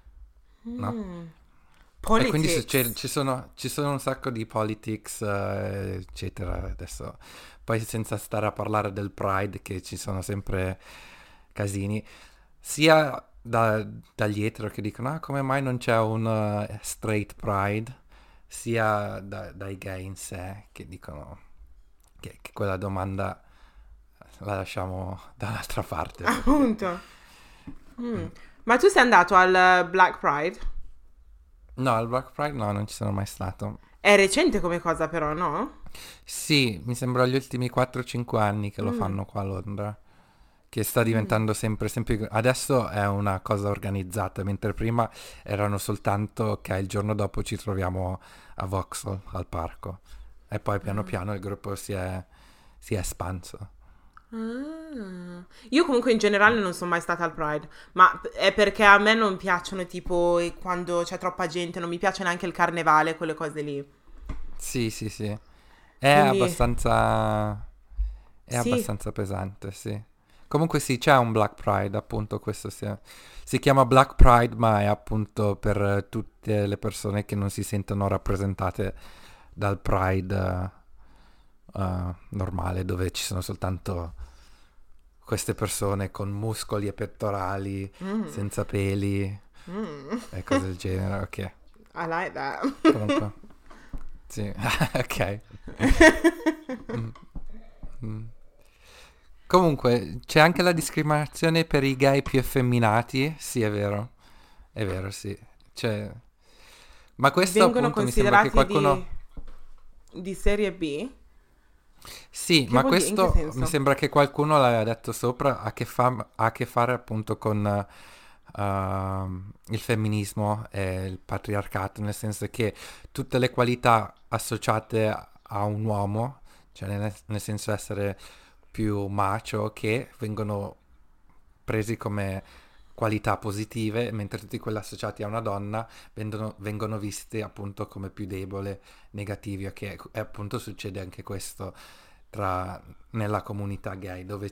no? E quindi Politics. ci sono un sacco di politics, eccetera, adesso. Poi senza stare a parlare del Pride, che ci sono sempre casini, sia dagli etero che dicono, ah, come mai non c'è un straight Pride, sia dai gay in sé, che dicono che quella domanda la lasciamo dall'altra parte, perché... Appunto. Mm. Ma tu sei andato al Black Pride? No, al Black Pride no, non ci sono mai stato. È recente come cosa però, no? Sì, mi sembra gli ultimi 4-5 anni che lo Mm. fanno qua a Londra, che sta diventando sempre più... Adesso è una cosa organizzata, mentre prima erano soltanto, ok, il giorno dopo ci troviamo a Vauxhall, al parco. E poi piano piano il gruppo si è espanso. Ah. Io comunque in generale non sono mai stata al Pride, ma è perché a me non piacciono tipo quando c'è troppa gente, non mi piace neanche il carnevale, quelle cose lì. Sì, sì, sì. È Quindi abbastanza... È sì. abbastanza pesante, sì. Comunque sì, c'è un Black Pride, appunto, si chiama Black Pride, ma è appunto per tutte le persone che non si sentono rappresentate dal Pride normale, dove ci sono soltanto queste persone con muscoli e pettorali, Mm. senza peli Mm. e cose del genere, ok. I like that. Comunque, sì, ok. Mm, mm. Comunque, c'è anche la discriminazione per i gay più effeminati? Sì, è vero, sì. Cioè, ma questo Vengono appunto mi sembra che considerati qualcuno... di serie B? Sì, Che ma vuol dire? In che questo mi senso? sembra che qualcuno l'aveva detto sopra, ha a che fare appunto con il femminismo e il patriarcato, nel senso che tutte le qualità associate a un uomo, cioè nel senso essere più macho, che vengono presi come qualità positive, mentre tutti quelli associati a una donna vengono visti appunto come più debole, negativi, e appunto succede anche questo nella comunità gay, dove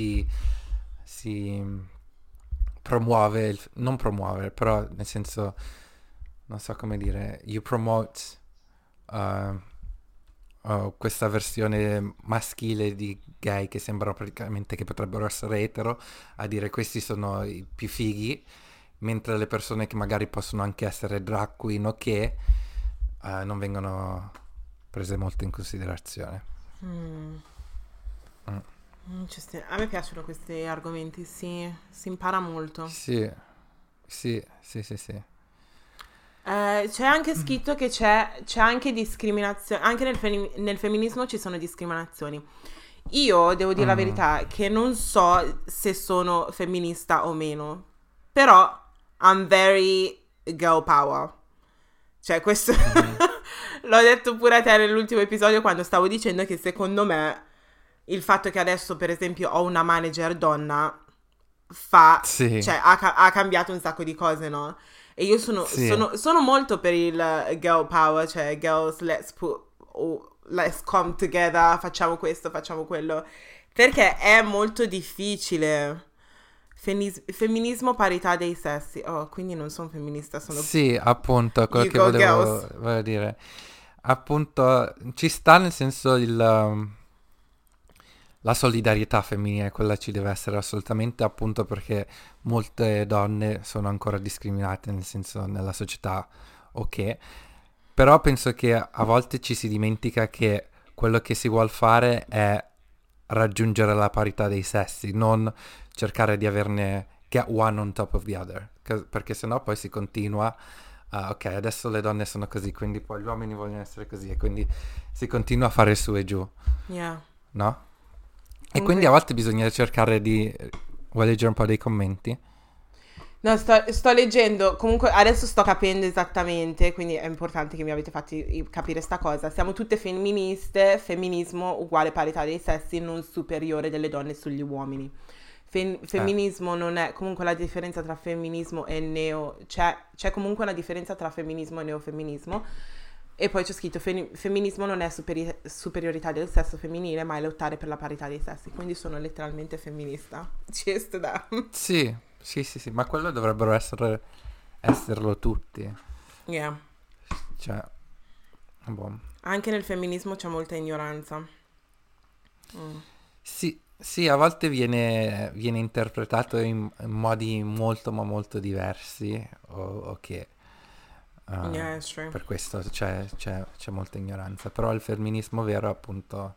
si promuove, non promuove, però nel senso, non so come dire, you promote uh, questa versione maschile di gay che sembrano praticamente che potrebbero essere etero, a dire questi sono i più fighi, mentre le persone che magari possono anche essere drag queen o che non vengono prese molto in considerazione. Mm. Mm. A me piacciono questi argomenti, sì, si impara molto. Sì, sì, sì, sì, sì. C'è anche scritto che c'è anche discriminazione, anche nel femminismo ci sono discriminazioni. Io devo dire la Mm. verità che non so se sono femminista o meno, però I'm very girl power. Cioè, questo Mhm. l'ho detto pure a te nell'ultimo episodio quando stavo dicendo che secondo me il fatto che adesso, per esempio, ho una manager donna Sì, cioè, ha cambiato un sacco di cose, no? E io sì. sono molto per il girl power, cioè, girls, let's come together, facciamo questo, facciamo quello. Perché è molto difficile. Femminismo, parità dei sessi. Oh, quindi non sono femminista, sono Sì, appunto, quello you che go girls. volevo dire. Appunto, ci sta nel senso la solidarietà femminile, quella ci deve essere assolutamente, appunto perché molte donne sono ancora discriminate, nel senso nella società, ok, però penso che a volte ci si dimentica che quello che si vuol fare è raggiungere la parità dei sessi, non cercare di averne get one on top of the other, perché sennò poi si continua ok, adesso le donne sono così, quindi poi gli uomini vogliono essere così e quindi si continua a fare su e giù, Yeah. no? E Comunque- quindi a volte bisogna cercare di... Vuoi leggere un po' dei commenti? No, sto leggendo, comunque adesso sto capendo esattamente, quindi è importante che mi avete fatti capire sta cosa. Siamo tutte femministe, femminismo uguale parità dei sessi, non superiore delle donne sugli uomini. Femminismo non è, comunque la differenza tra femminismo e c'è comunque una differenza tra femminismo e neofemminismo. E poi c'è scritto femminismo non è superiorità del sesso femminile, ma è lottare per la parità dei sessi. Quindi sono letteralmente femminista. Cheers to that. Sì, ma quello dovrebbero esserlo tutti. Yeah. Cioè, boh. Anche nel femminismo c'è molta ignoranza. Sì, a volte viene interpretato in modi molto ma molto diversi, o che Yeah, it's true. per questo c'è molta ignoranza, però il femminismo vero è appunto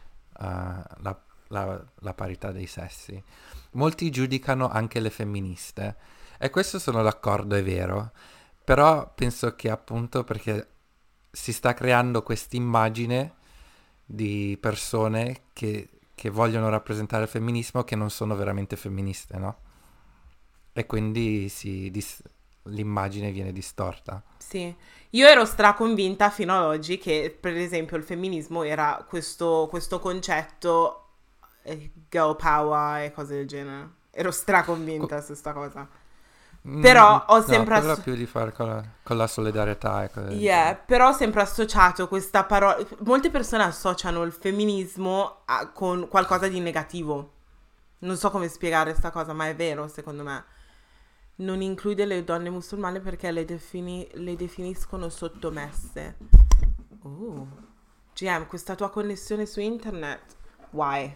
la parità dei sessi. Molti giudicano anche le femministe, e questo sono d'accordo, è vero, però penso che appunto perché si sta creando quest'immagine di persone che vogliono rappresentare il femminismo che non sono veramente femministe, no? E quindi l'immagine viene distorta. Sì, io ero straconvinta fino ad oggi che, per esempio, il femminismo era questo concetto girl power e cose del genere. Ero straconvinta su sta cosa. Però ho sempre... quello ha più di fare con la solidarietà e cose del Yeah, genere. però ho sempre associato questa parola... Molte persone associano il femminismo con qualcosa di negativo. Non so come spiegare sta cosa, ma è vero, secondo me. Non include le donne musulmane perché le definiscono sottomesse. Oh. GM, questa tua connessione su internet? Why?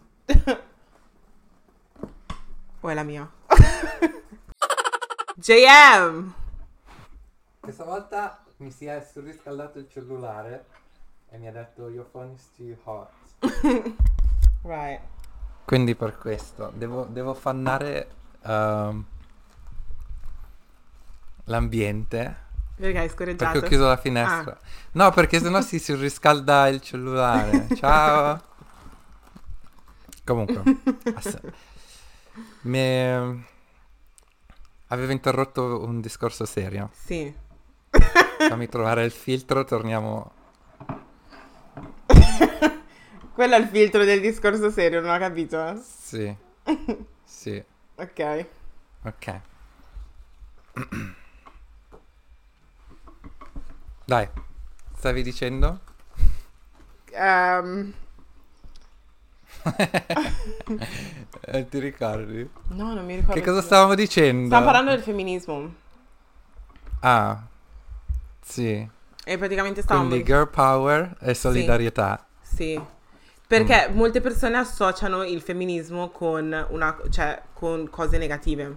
O è la mia? JM! Questa volta mi si è surriscaldato il cellulare e mi ha detto your phone is too hot. Right. Quindi per questo devo fannare l'ambiente Perché hai scorreggiato? perché ho chiuso la finestra. No, perché sennò si surriscalda il cellulare. Ciao. Comunque, avevo interrotto un discorso serio. Sì. Fammi trovare il filtro, torniamo. Quello è il filtro del discorso serio, non ho capito? Sì. Sì. Ok. Ok. Dai, stavi dicendo? Ti ricordi? No, non mi ricordo. Che cosa stavamo dicendo? Stiamo parlando del femminismo. Ah, sì. E praticamente stavamo... Quindi girl power e solidarietà. Sì. Perché molte persone associano il femminismo con con cose negative.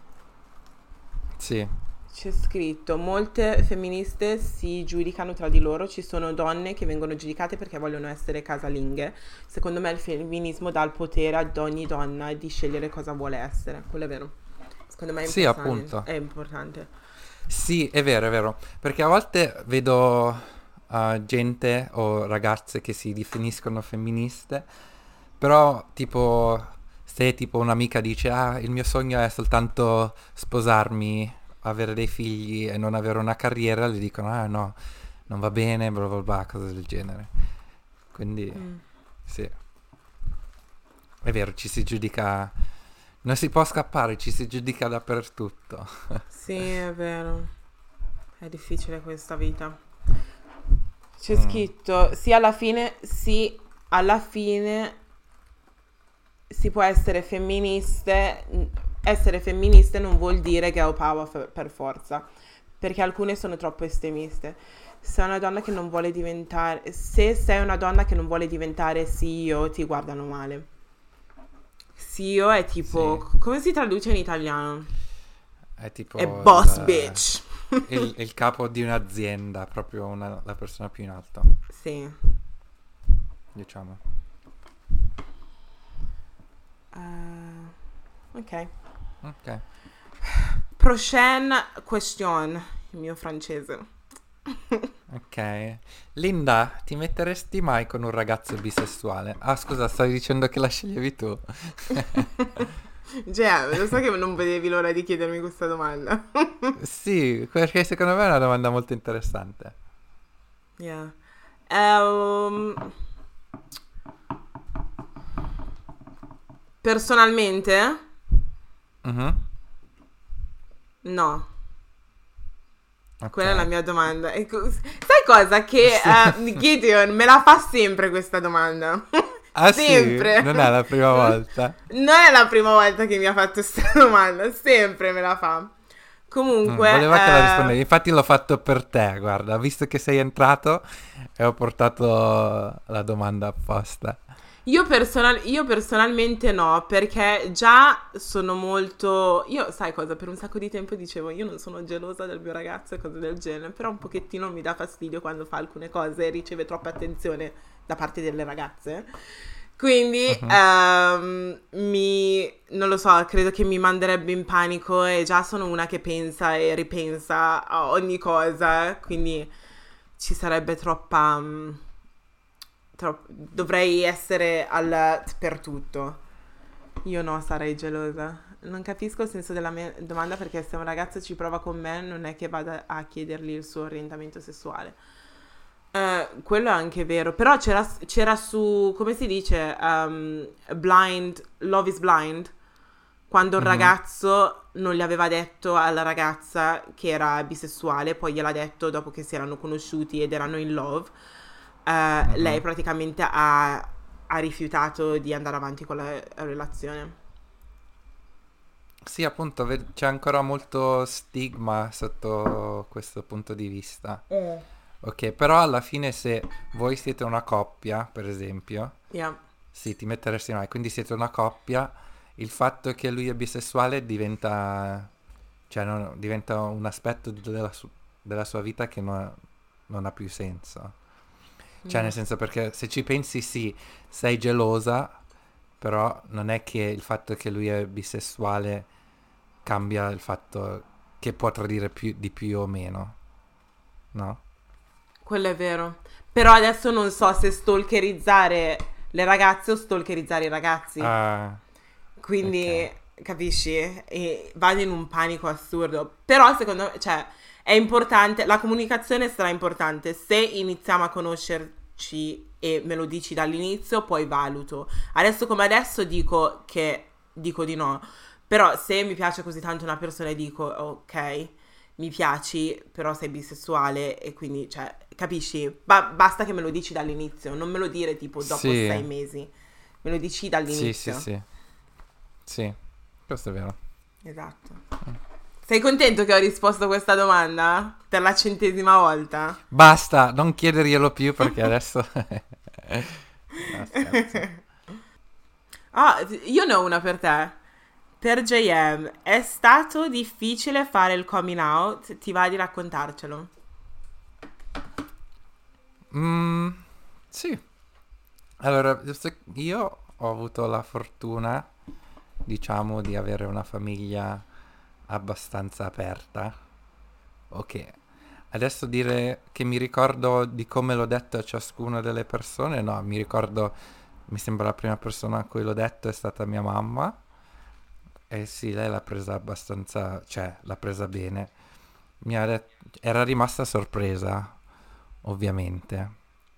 Sì. C'è scritto, molte femministe si giudicano tra di loro, ci sono donne che vengono giudicate perché vogliono essere casalinghe. Secondo me il femminismo dà il potere ad ogni donna di scegliere cosa vuole essere, quello è vero. Secondo me è Sì, importante. appunto. È importante. Sì, è vero, perché a volte vedo gente o ragazze che si definiscono femministe, però tipo se tipo un'amica dice il mio sogno è soltanto sposarmi, avere dei figli e non avere una carriera, le dicono no, non va bene, bla bla bla, cose del genere. Quindi sì, è vero, ci si giudica, non si può scappare, ci si giudica dappertutto. Sì, è vero. È difficile questa vita. C'è scritto, alla fine si può essere femministe. Essere femministe non vuol dire girl power per forza, perché alcune sono troppo estremiste. sei una donna che non vuole diventare... Se sei una donna che non vuole diventare CEO, ti guardano male. CEO è tipo... Sì. Come si traduce in italiano? È tipo È boss bitch. il capo di un'azienda, proprio la persona più in alto, Sì. diciamo. Ok. Ok. Prochaine question, il mio francese. Ok. Linda, ti metteresti mai con un ragazzo bisessuale? Ah, scusa, stavi dicendo che la sceglievi tu. Lo so che non vedevi l'ora di chiedermi questa domanda. Sì, perché secondo me è una domanda molto interessante. Yeah. Ehm, Personalmente, Mhm. no. Ok. Quella è la mia domanda. Sai cosa? Che Sì. Gideon me la fa sempre questa domanda. Ah sì? Sempre. Non è la prima Non, volta. non è la prima volta che mi ha fatto questa domanda, sempre me la fa. Comunque, Voleva che la rispondevi, infatti l'ho fatto per te, guarda, visto che sei entrato e ho portato la domanda apposta. io personalmente no, perché già sono molto... Io, sai cosa, per un sacco di tempo dicevo, io non sono gelosa del mio ragazzo e cose del genere, però un pochettino mi dà fastidio quando fa alcune cose e riceve troppa attenzione da parte delle ragazze. Quindi, Mhm. non lo so, credo che mi manderebbe in panico e già sono una che pensa e ripensa a ogni cosa, quindi ci sarebbe troppa... dovrei essere alert per tutto. Io no, sarei gelosa. Non capisco il senso della mia domanda perché se un ragazzo ci prova con me non è che vada a chiedergli il suo orientamento sessuale. Quello è anche vero, però c'era su, come si dice, Love is Blind, quando il Mhm. ragazzo non gli aveva detto alla ragazza che era bisessuale, poi gliel'ha detto dopo che si erano conosciuti ed erano in love. Lei Mhm. praticamente ha rifiutato di andare avanti con la relazione. Sì, appunto, c'è ancora molto stigma sotto questo punto di vista. Ok, però alla fine se voi siete una coppia, per esempio, Yeah. sì, ti metteresti mai, quindi siete una coppia, il fatto che lui è bisessuale diventa, cioè diventa un aspetto della sua vita che non ha più senso. Cioè, Yeah. nel senso, perché se ci pensi, sì, sei gelosa, però non è che il fatto che lui è bisessuale cambia il fatto che può tradire di più o meno, no? Quello è vero. Però adesso non so se stalkerizzare le ragazze o stalkerizzare i ragazzi. Ah, Quindi, ok. capisci? E vado in un panico assurdo. Però secondo me, cioè, è importante, la comunicazione sarà importante. Se iniziamo a conoscerci e me lo dici dall'inizio, poi valuto. Adesso come adesso dico di no. Però se mi piace così tanto una persona e dico, ok, mi piaci, però sei bisessuale e quindi, cioè, capisci? Basta che me lo dici dall'inizio, non me lo dire tipo dopo Sì, 6 mesi. Me lo dici sì, sì, dall'inizio. sì, sì, questo è vero. Esatto. Sei contento che ho risposto a questa domanda? Per la 100ª volta? Basta, non chiederglielo più perché adesso... No, scherzo. Ah, io ne ho una per te. Per JM, è stato difficile fare il coming out? Ti va di raccontarcelo? Mm, sì. Allora, io ho avuto la fortuna, diciamo, di avere una famiglia abbastanza aperta. Ok. Adesso dire che mi ricordo di come l'ho detto a ciascuna delle persone, no, mi ricordo, mi sembra la prima persona a cui l'ho detto è stata mia mamma. E sì, lei l'ha presa abbastanza, cioè, l'ha presa bene. Era rimasta sorpresa, ovviamente.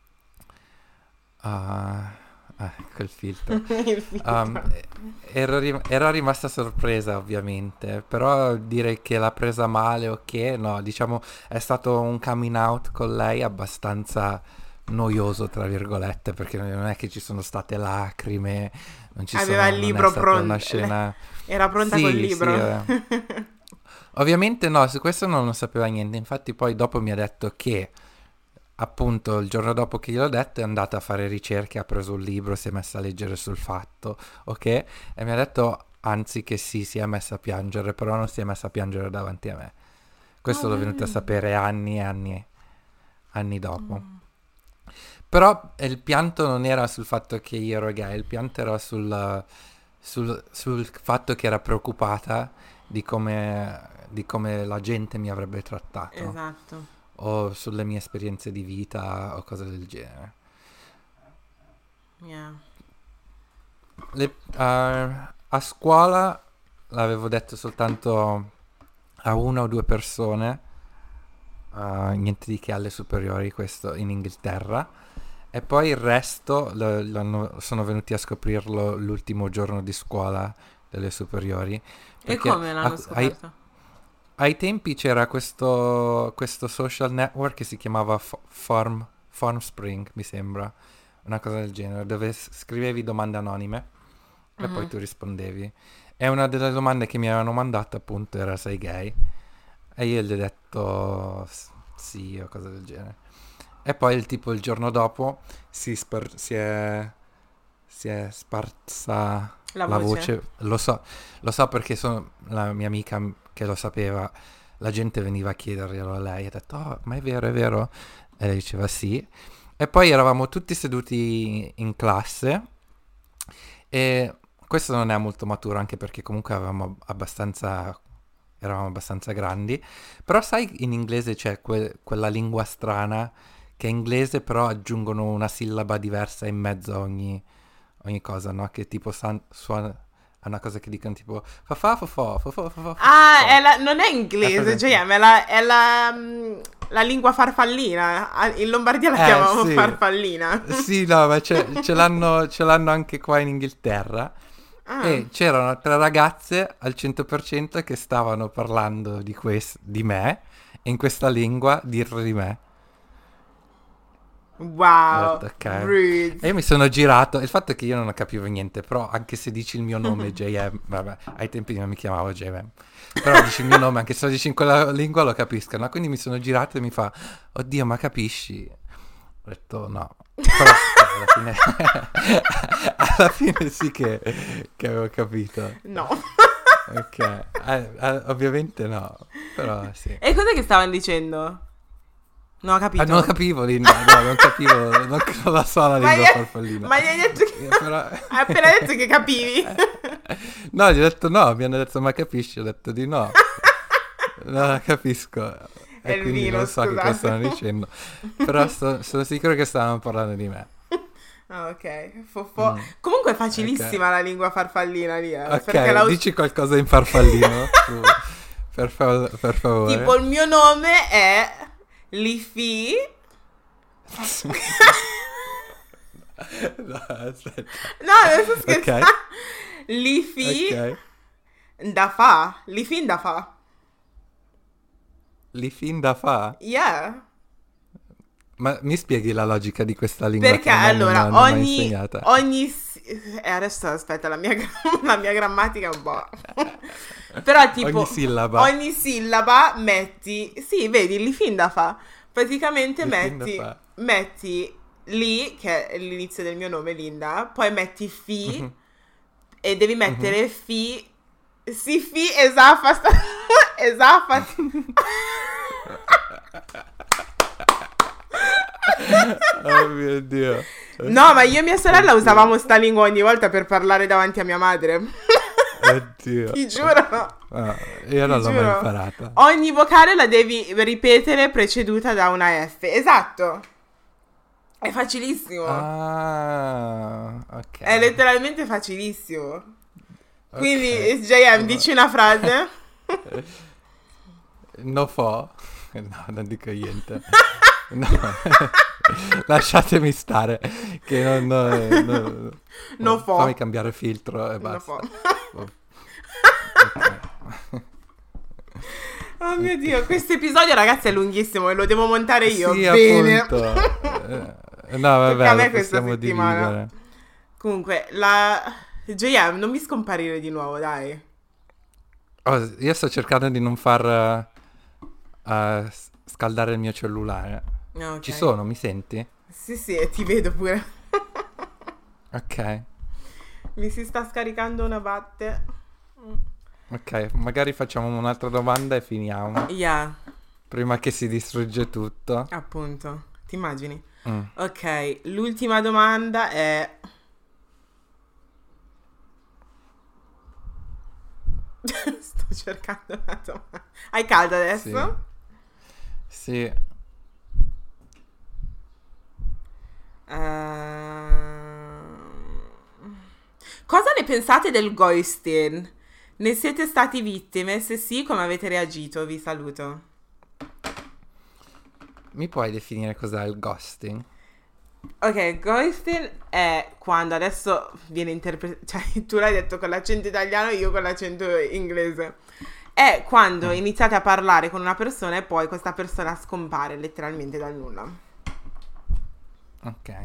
Ah, quel filtro. Il Um, filtro. era rimasta sorpresa, ovviamente, però direi che l'ha presa male o che, no, diciamo, è stato un coming out con lei abbastanza noioso, tra virgolette, perché non è che ci sono state lacrime, Aveva il non è libro stata una pronto. scena... Era pronta col Sì, sì, libro. ovviamente no, su questo non sapeva niente, infatti poi dopo mi ha detto che appunto il giorno dopo che gliel'ho detto è andata a fare ricerche, ha preso un libro, si è messa a leggere sul fatto, ok? E mi ha detto anzi che sì, si è messa a piangere, però non si è messa a piangere davanti a me. Questo l'ho venuto a sapere anni e anni dopo. Però il pianto non era sul fatto che io ero gay, il pianto era sul fatto che era preoccupata di come la gente mi avrebbe trattato, Esatto. o sulle mie esperienze di vita o cose del genere. Yeah. A scuola l'avevo detto soltanto a una o due persone, niente di che alle superiori, questo in Inghilterra. E poi il resto sono venuti a scoprirlo l'ultimo giorno di scuola delle superiori. E Perché come l'hanno scoperto? ai tempi c'era questo social network che si chiamava Formspring, mi sembra, una cosa del genere, dove scrivevi domande anonime e poi tu rispondevi. E una delle domande che mi avevano mandato appunto era sei gay? E io gli ho detto sì o cose del genere. E poi il giorno dopo si è sparsa La la voce. voce. Lo so perché sono la mia amica che lo sapeva. La gente veniva a chiederglielo a lei. Ha detto, oh, ma è vero, è vero? E lei diceva sì. E poi eravamo tutti seduti in classe. E questo non è molto maturo, anche perché comunque eravamo abbastanza grandi. Però sai, in inglese c'è quella lingua strana che è inglese, però aggiungono una sillaba diversa in mezzo a ogni cosa, no? Che tipo suona, è una cosa che dicono tipo fa fa. Ah, non è È inglese, presente? JM, la lingua farfallina. In Lombardia la Eh chiamavamo sì, farfallina. sì, no, ma ce l'hanno anche qua in Inghilterra. Ah, E c'erano tre ragazze al 100% che stavano parlando di me, e in questa lingua dirlo di me. Ho wow, detto ok. rude. E io mi sono girato. Il fatto è che io non capivo niente, però anche se dici il mio nome JM, vabbè, ai tempi non mi chiamavo JM. Però dici il mio nome, anche se lo dici in quella lingua lo capiscono. Quindi mi sono girato e mi fa, oddio, ma capisci? Ho detto no. Però cioè, alla fine alla fine sì che avevo capito. No. Ok. Ovviamente no. Però sì. E cos'è che stavano dicendo? Non ho Ah, non capito. capivo Linda, no, non capivo, non la so la Ma lingua gli, farfallina. ma gli hai detto che... Però... Hai appena detto che capivi. No, gli ho detto no, mi hanno detto ma capisci? Ho detto di no, non capisco. È E il quindi vino, non so che cosa scusate. stanno dicendo, però sono sicuro che stavano parlando di me. Ah, ok. Mm, Comunque è ok, facilissima la lingua farfallina lì, perché ok, dici qualcosa in farfallino, per tipo favore. il mio nome è Lifi. No, aspetta. No, non sto scherzando. Ok, Lifi ok. da fa. Lifi da fa. Li fin da fa? Yeah. Ma mi spieghi la logica di questa lingua Perché che a me allora non mi hai insegnata? adesso aspetta, la mia grammatica è un po'. Però Ogni tipo sillaba. ogni sillaba metti, sì, vedi, li fin da fa. Praticamente Li fin da fa. metti li, che è l'inizio del mio nome, Linda, poi metti fi Mhm, e devi mhm. mettere fi, si fi esaffa, esaffa. Oh mio Dio. No, ma io e mia sorella Oddio. usavamo sta lingua ogni volta per parlare davanti a mia madre. Oddio. Ti giuro. Ah, io Ti non l'ho mai giuro. imparata. Ogni vocale la devi ripetere preceduta da una F. Esatto. È facilissimo. Ah, È ok. letteralmente facilissimo. Ok. Quindi, JM, Va- dici una frase. No fo. No, non dico niente. No. Lasciatemi stare. Che No fammi fo. cambiare filtro e No fo. basta. Oh, ok. Oh mio Ok. Dio, questo episodio, ragazzi, è lunghissimo e lo devo montare io. Sì, Bene. appunto. No, Tocca a vabbè, lo me questa possiamo settimana. dividere. Comunque, la JM, non mi scomparire di nuovo, dai. Oh, io sto cercando di non far scaldare il mio cellulare. Ok. Ci sono, mi senti? Sì, sì, e ti vedo pure. Ok, Mi si sta scaricando una batte. ok, magari facciamo un'altra domanda e finiamo. Yeah, Prima che si distrugge tutto. appunto. Ti immagini? Mm. Ok, l'ultima domanda è... Sto cercando una domanda. Hai caldo Sì, adesso? sì. Cosa ne pensate del ghosting? Ne siete stati vittime? Se sì, come avete reagito? Vi saluto. Mi puoi definire cos'è il ghosting? Ok, ghosting è quando adesso viene interpretato, cioè tu l'hai detto con l'accento italiano, io con l'accento inglese. È quando Mm. iniziate a parlare con una persona e poi questa persona scompare letteralmente dal nulla. Ok.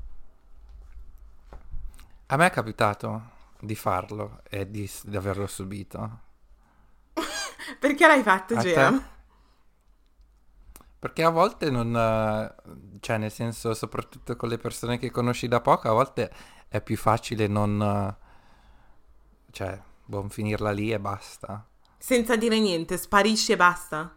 A me è capitato di farlo e di averlo subito. Perché l'hai fatto, A te? Gem? Perché a volte non... cioè, nel senso, soprattutto con le persone che conosci da poco, a volte è più facile non... cioè, boh, finirla lì e basta. Senza dire niente, sparisci e basta.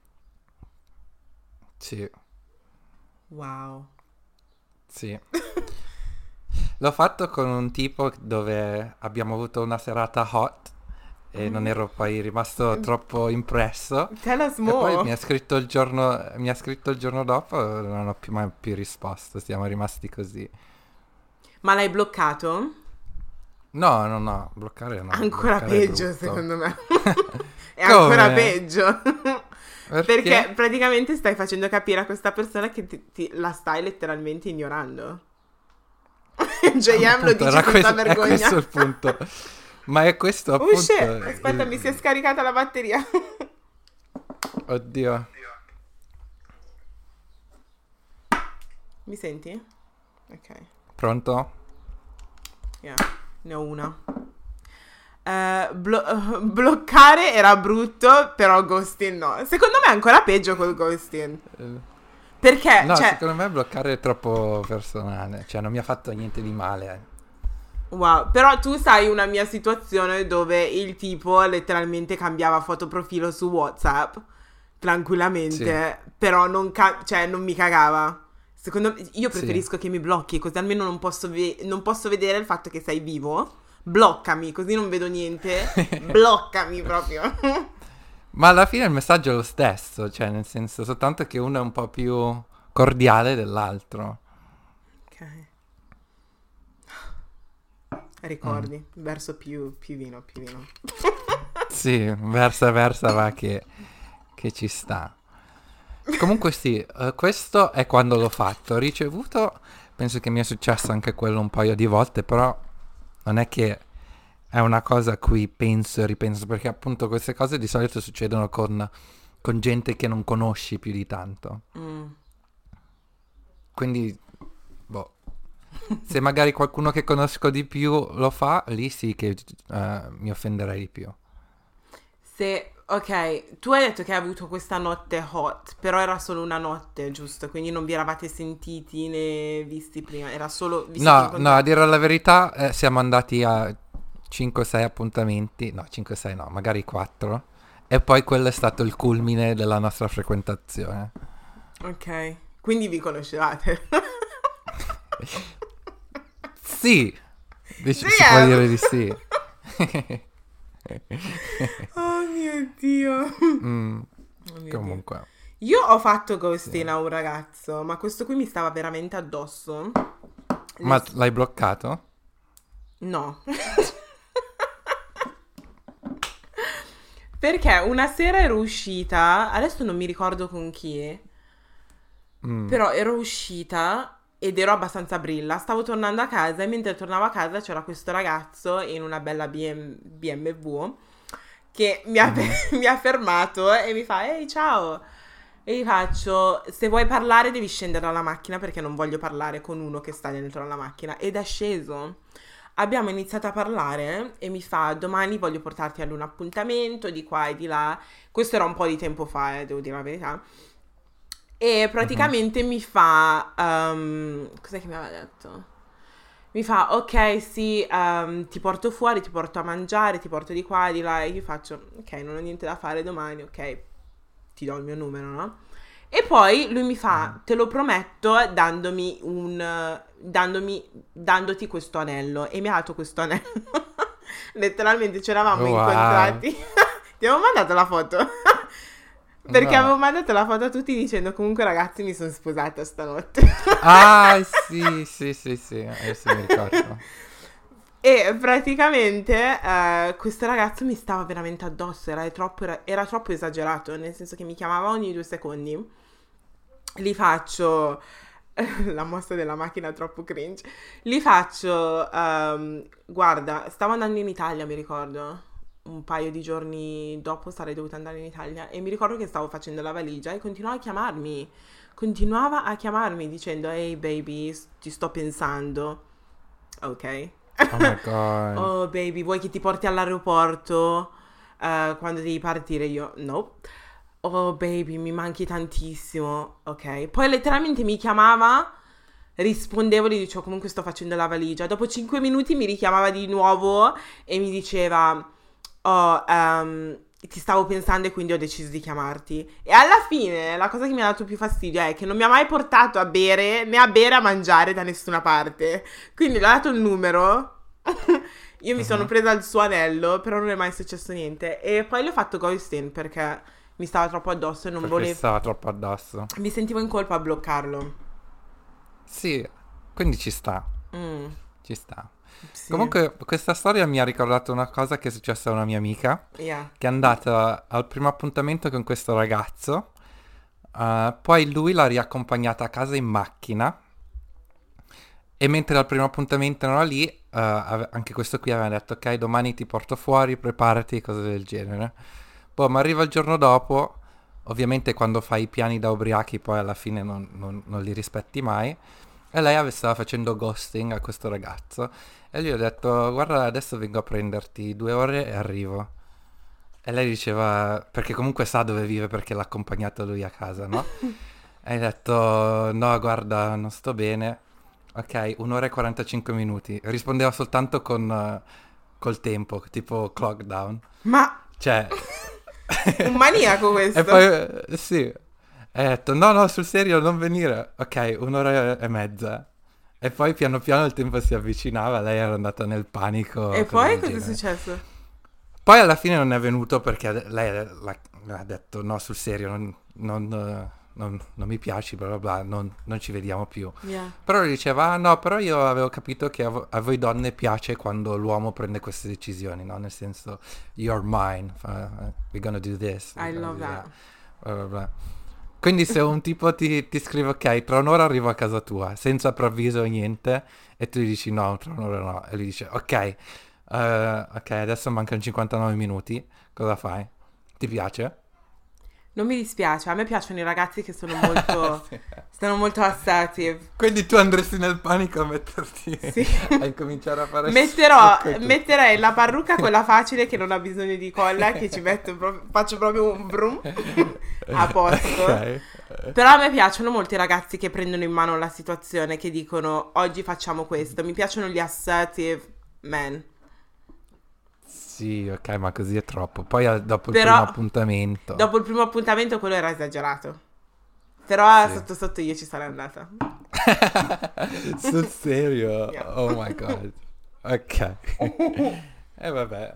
Sì, Wow. sì. L'ho fatto con un tipo dove abbiamo avuto una serata hot e non ero poi rimasto troppo impresso. Tell us E poi more. mi ha scritto il giorno dopo e non ho più mai più risposto, siamo rimasti così. Ma l'hai bloccato? No, no, no, bloccare no, Ancora bloccare è peggio, brutto. secondo me. È ancora Come? peggio. Perché Perché? praticamente stai facendo capire a questa persona che la stai letteralmente ignorando. Ma JM lo appunto, dice senza è vergogna. questo il punto. Ma è questo Oh appunto shit, aspetta, mi si è scaricata la batteria. Oddio. Mi senti? Ok, Pronto? yeah, ne ho una. Bloccare era brutto, però ghosting no. Secondo me è ancora peggio col ghosting. Eh, Perché, No, cioè, secondo me bloccare è troppo personale. Cioè, non mi ha fatto niente di male. wow, però tu sai una mia situazione dove il tipo letteralmente cambiava fotoprofilo su WhatsApp Sì, tranquillamente, però cioè, non mi cagava. Secondo me, io sì. preferisco che mi blocchi, così almeno non posso vedere il fatto che sei vivo. Bloccami, così non vedo niente. Bloccami proprio. Ma alla fine il messaggio è lo stesso. Cioè, nel senso, soltanto che uno è un po' più cordiale dell'altro. Ok, Mm. ricordi, verso più vino, più vino. Sì, versa va che ci sta. Comunque sì, questo è quando l'ho fatto. Ho ricevuto, penso che mi è successo anche quello un paio di volte, però non è che è una cosa a cui penso e ripenso, perché appunto queste cose di solito succedono con gente che non conosci più di tanto. Mm. Quindi, boh, se magari qualcuno che conosco di più lo fa, lì sì che mi offenderei di più. Se, ok, tu hai detto che hai avuto questa notte hot, però era solo una notte, giusto? Quindi non vi eravate sentiti né visti prima, era solo, vi siete No, no, a incontrati. dire la verità, siamo andati a 5-6 appuntamenti, no, 5-6 no, magari 4. E poi quello è stato il culmine della nostra frequentazione. Ok, quindi vi conoscevate. Sì, si può GM! dire di sì. Oh mio Dio. Mm, Oh mio Dio. comunque, Io ho fatto sì. ghosting a un ragazzo, ma questo qui mi stava veramente addosso. Ma Nel- l'hai bloccato? No. Perché una sera ero uscita, adesso non mi ricordo con chi, Mm, però ero uscita ed ero abbastanza brilla. Stavo tornando a casa e mentre tornavo a casa c'era questo ragazzo in una bella BMW che mhm. mi ha fermato e mi fa: Ehi, ciao! E gli faccio: Se vuoi parlare, devi scendere dalla macchina perché non voglio parlare con uno che sta dentro la macchina. Ed è sceso. Abbiamo iniziato a parlare e mi fa: Domani voglio portarti ad un appuntamento di qua e di là. Questo era un po' di tempo fa, devo dire la verità. E praticamente mi fa... cos'è che mi aveva detto? Mi fa, ok, sì, ti porto fuori, ti porto a mangiare, ti porto di qua, di là. E io faccio, ok, non ho niente da fare domani, ok, ti do il mio numero, no? E poi lui mi fa, te lo prometto, dandoti questo anello. E mi ha dato questo anello. Letteralmente ci eravamo Wow. incontrati. Ti avevo mandato la foto. Perché No. avevo mandato la foto a tutti dicendo, comunque ragazzi mi sono sposata stanotte. Ah, sì, adesso mi ricordo. E praticamente questo ragazzo mi stava veramente addosso, era troppo esagerato, nel senso che mi chiamava ogni 2 secondi. Li faccio... la mossa della macchina troppo cringe. Li faccio... guarda, stavo andando in Italia, mi ricordo. Un paio di giorni dopo sarei dovuta andare in Italia. E mi ricordo che stavo facendo la valigia e continuava a chiamarmi. Continuava a chiamarmi dicendo, hey baby, ti sto pensando. Ok. Oh my god. Oh baby, vuoi che ti porti all'aeroporto quando devi partire? Io, no. Oh baby, mi manchi tantissimo. Ok. Poi letteralmente mi chiamava, rispondevo, gli dicevo comunque sto facendo la valigia. Dopo 5 minuti mi richiamava di nuovo e mi diceva, oh, ti stavo pensando e quindi ho deciso di chiamarti. E alla fine la cosa che mi ha dato più fastidio è che non mi ha mai portato a bere, né a bere, a mangiare da nessuna parte. Quindi le ho dato il numero. Io mi sono presa il suo anello, però non è mai successo niente. E poi le ho fatto ghosting perché mi stava troppo addosso e non Perché volevo... stava troppo addosso. Mi sentivo in colpa a bloccarlo. Sì, quindi ci sta. Mm, Ci sta. sì. Comunque, questa storia mi ha ricordato una cosa che è successa a una mia amica, Yeah. che è andata al primo appuntamento con questo ragazzo, poi lui l'ha riaccompagnata a casa in macchina, e mentre al primo appuntamento era lì, anche questo qui aveva detto, ok, domani ti porto fuori, preparati, cose del genere. Poi ma arriva il giorno dopo, ovviamente quando fai i piani da ubriachi poi alla fine non li rispetti mai, e lei stava facendo ghosting a questo ragazzo, e gli ho detto, guarda, adesso vengo a prenderti 2 ore e arrivo. E lei diceva, perché comunque sa dove vive perché l'ha accompagnato lui a casa, no? E hai detto, no, guarda, non sto bene. Ok, 1 ora e 45 minuti. Rispondeva soltanto col tempo, tipo clock down. Ma Cioè... un maniaco questo. E poi, sì. E ha detto, no, sul serio, non venire. Ok, 1 ora e mezza. E poi piano piano il tempo si avvicinava, lei era andata nel panico. E cose poi del cosa è genere. successo? Poi alla fine non è venuto perché lei ha detto, no, sul serio, non mi piaci, bla bla bla, non ci vediamo più. Yeah. Però lui diceva, ah no, però io avevo capito che a voi donne piace quando l'uomo prende queste decisioni, no? Nel senso, you're mine, we're gonna do this. I love that. Bla bla bla. Quindi se un tipo ti scrive, ok, tra un'ora arrivo a casa tua, senza preavviso o niente, e tu gli dici no, tra un'ora no, e lui dice, ok, adesso mancano 59 minuti, cosa fai? Ti piace? Non mi dispiace, a me piacciono i ragazzi che sono molto... stanno molto assertive. Quindi tu andresti nel panico a metterti Sì. a incominciare a fare Metterei la parrucca quella facile che non ha bisogno di colla, che ci metto faccio proprio un brum a posto. Ok. Però a me piacciono molto i ragazzi che prendono in mano la situazione, che dicono oggi facciamo questo. Mi piacciono gli assertive men. Sì, ok, ma così è troppo. Poi dopo il Però- primo appuntamento. Dopo il primo appuntamento quello era esagerato. Però Sì. sotto sotto io ci sarei andata. Sul serio? Yeah. Oh my god. Ok. E vabbè.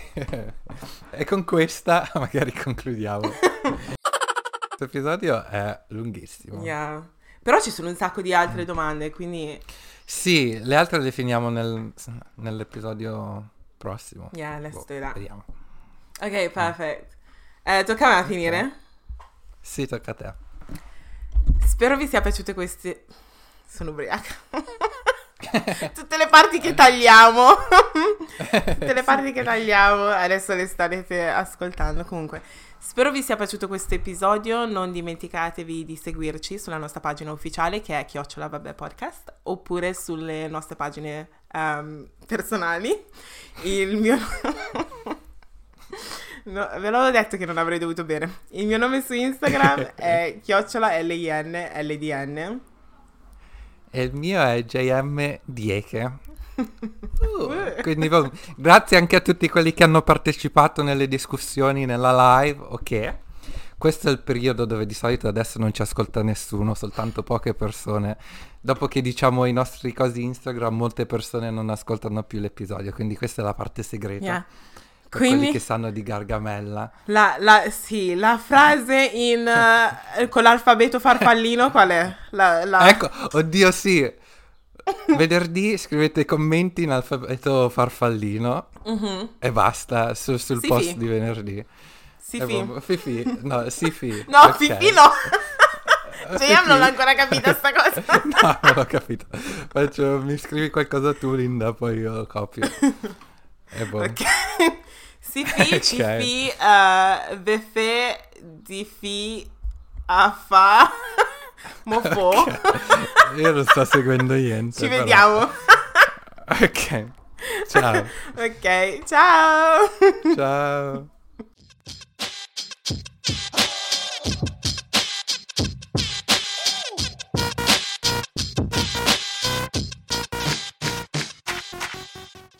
E con questa magari concludiamo. Questo episodio è lunghissimo. Yeah. Però ci sono un sacco di altre domande, quindi... Sì, le altre le finiamo nell'episodio prossimo. Yeah, let's do that. Vediamo. Ok, perfect. Tocca a me a finire? Sì, tocca a te. Spero vi sia piaciute queste... Sono ubriaca. Tutte le parti che tagliamo. Tutte le parti che tagliamo. Adesso le starete ascoltando. Comunque, spero vi sia piaciuto questo episodio. Non dimenticatevi di seguirci sulla nostra pagina ufficiale, che è @vabbè_podcast, oppure sulle nostre pagine personali. Il mio... No, ve l'avevo detto che non avrei dovuto bere. Il mio nome su Instagram è @linldn. E il mio è JM Dieke. Quindi grazie anche a tutti quelli che hanno partecipato nelle discussioni nella live. Ok, questo è il periodo dove di solito adesso non ci ascolta nessuno, soltanto poche persone. Dopo che diciamo i nostri cosi Instagram, molte persone non ascoltano più l'episodio, quindi questa è la parte segreta. Yeah. Per Quindi quelli che sanno di Gargamella. sì, la frase con l'alfabeto farfallino qual è? Ecco, oddio sì. Venerdì scrivete commenti in alfabeto farfallino e basta sul Sì, post sì. di venerdì. Fifi. Fifi, no, Sifi. No, ok. Fifi no. Cioè, io Fifi. non l'ho ancora capita sta cosa. No, non ho capito. Mi scrivi qualcosa tu, Linda, poi io copio. E boh. Ok. Sifi, Ok. Fifi, Vefe, Difi, Afa, Mofo. Io non sto seguendo niente. Ci però. vediamo. Ok. Ciao. Ok, ciao. Ciao.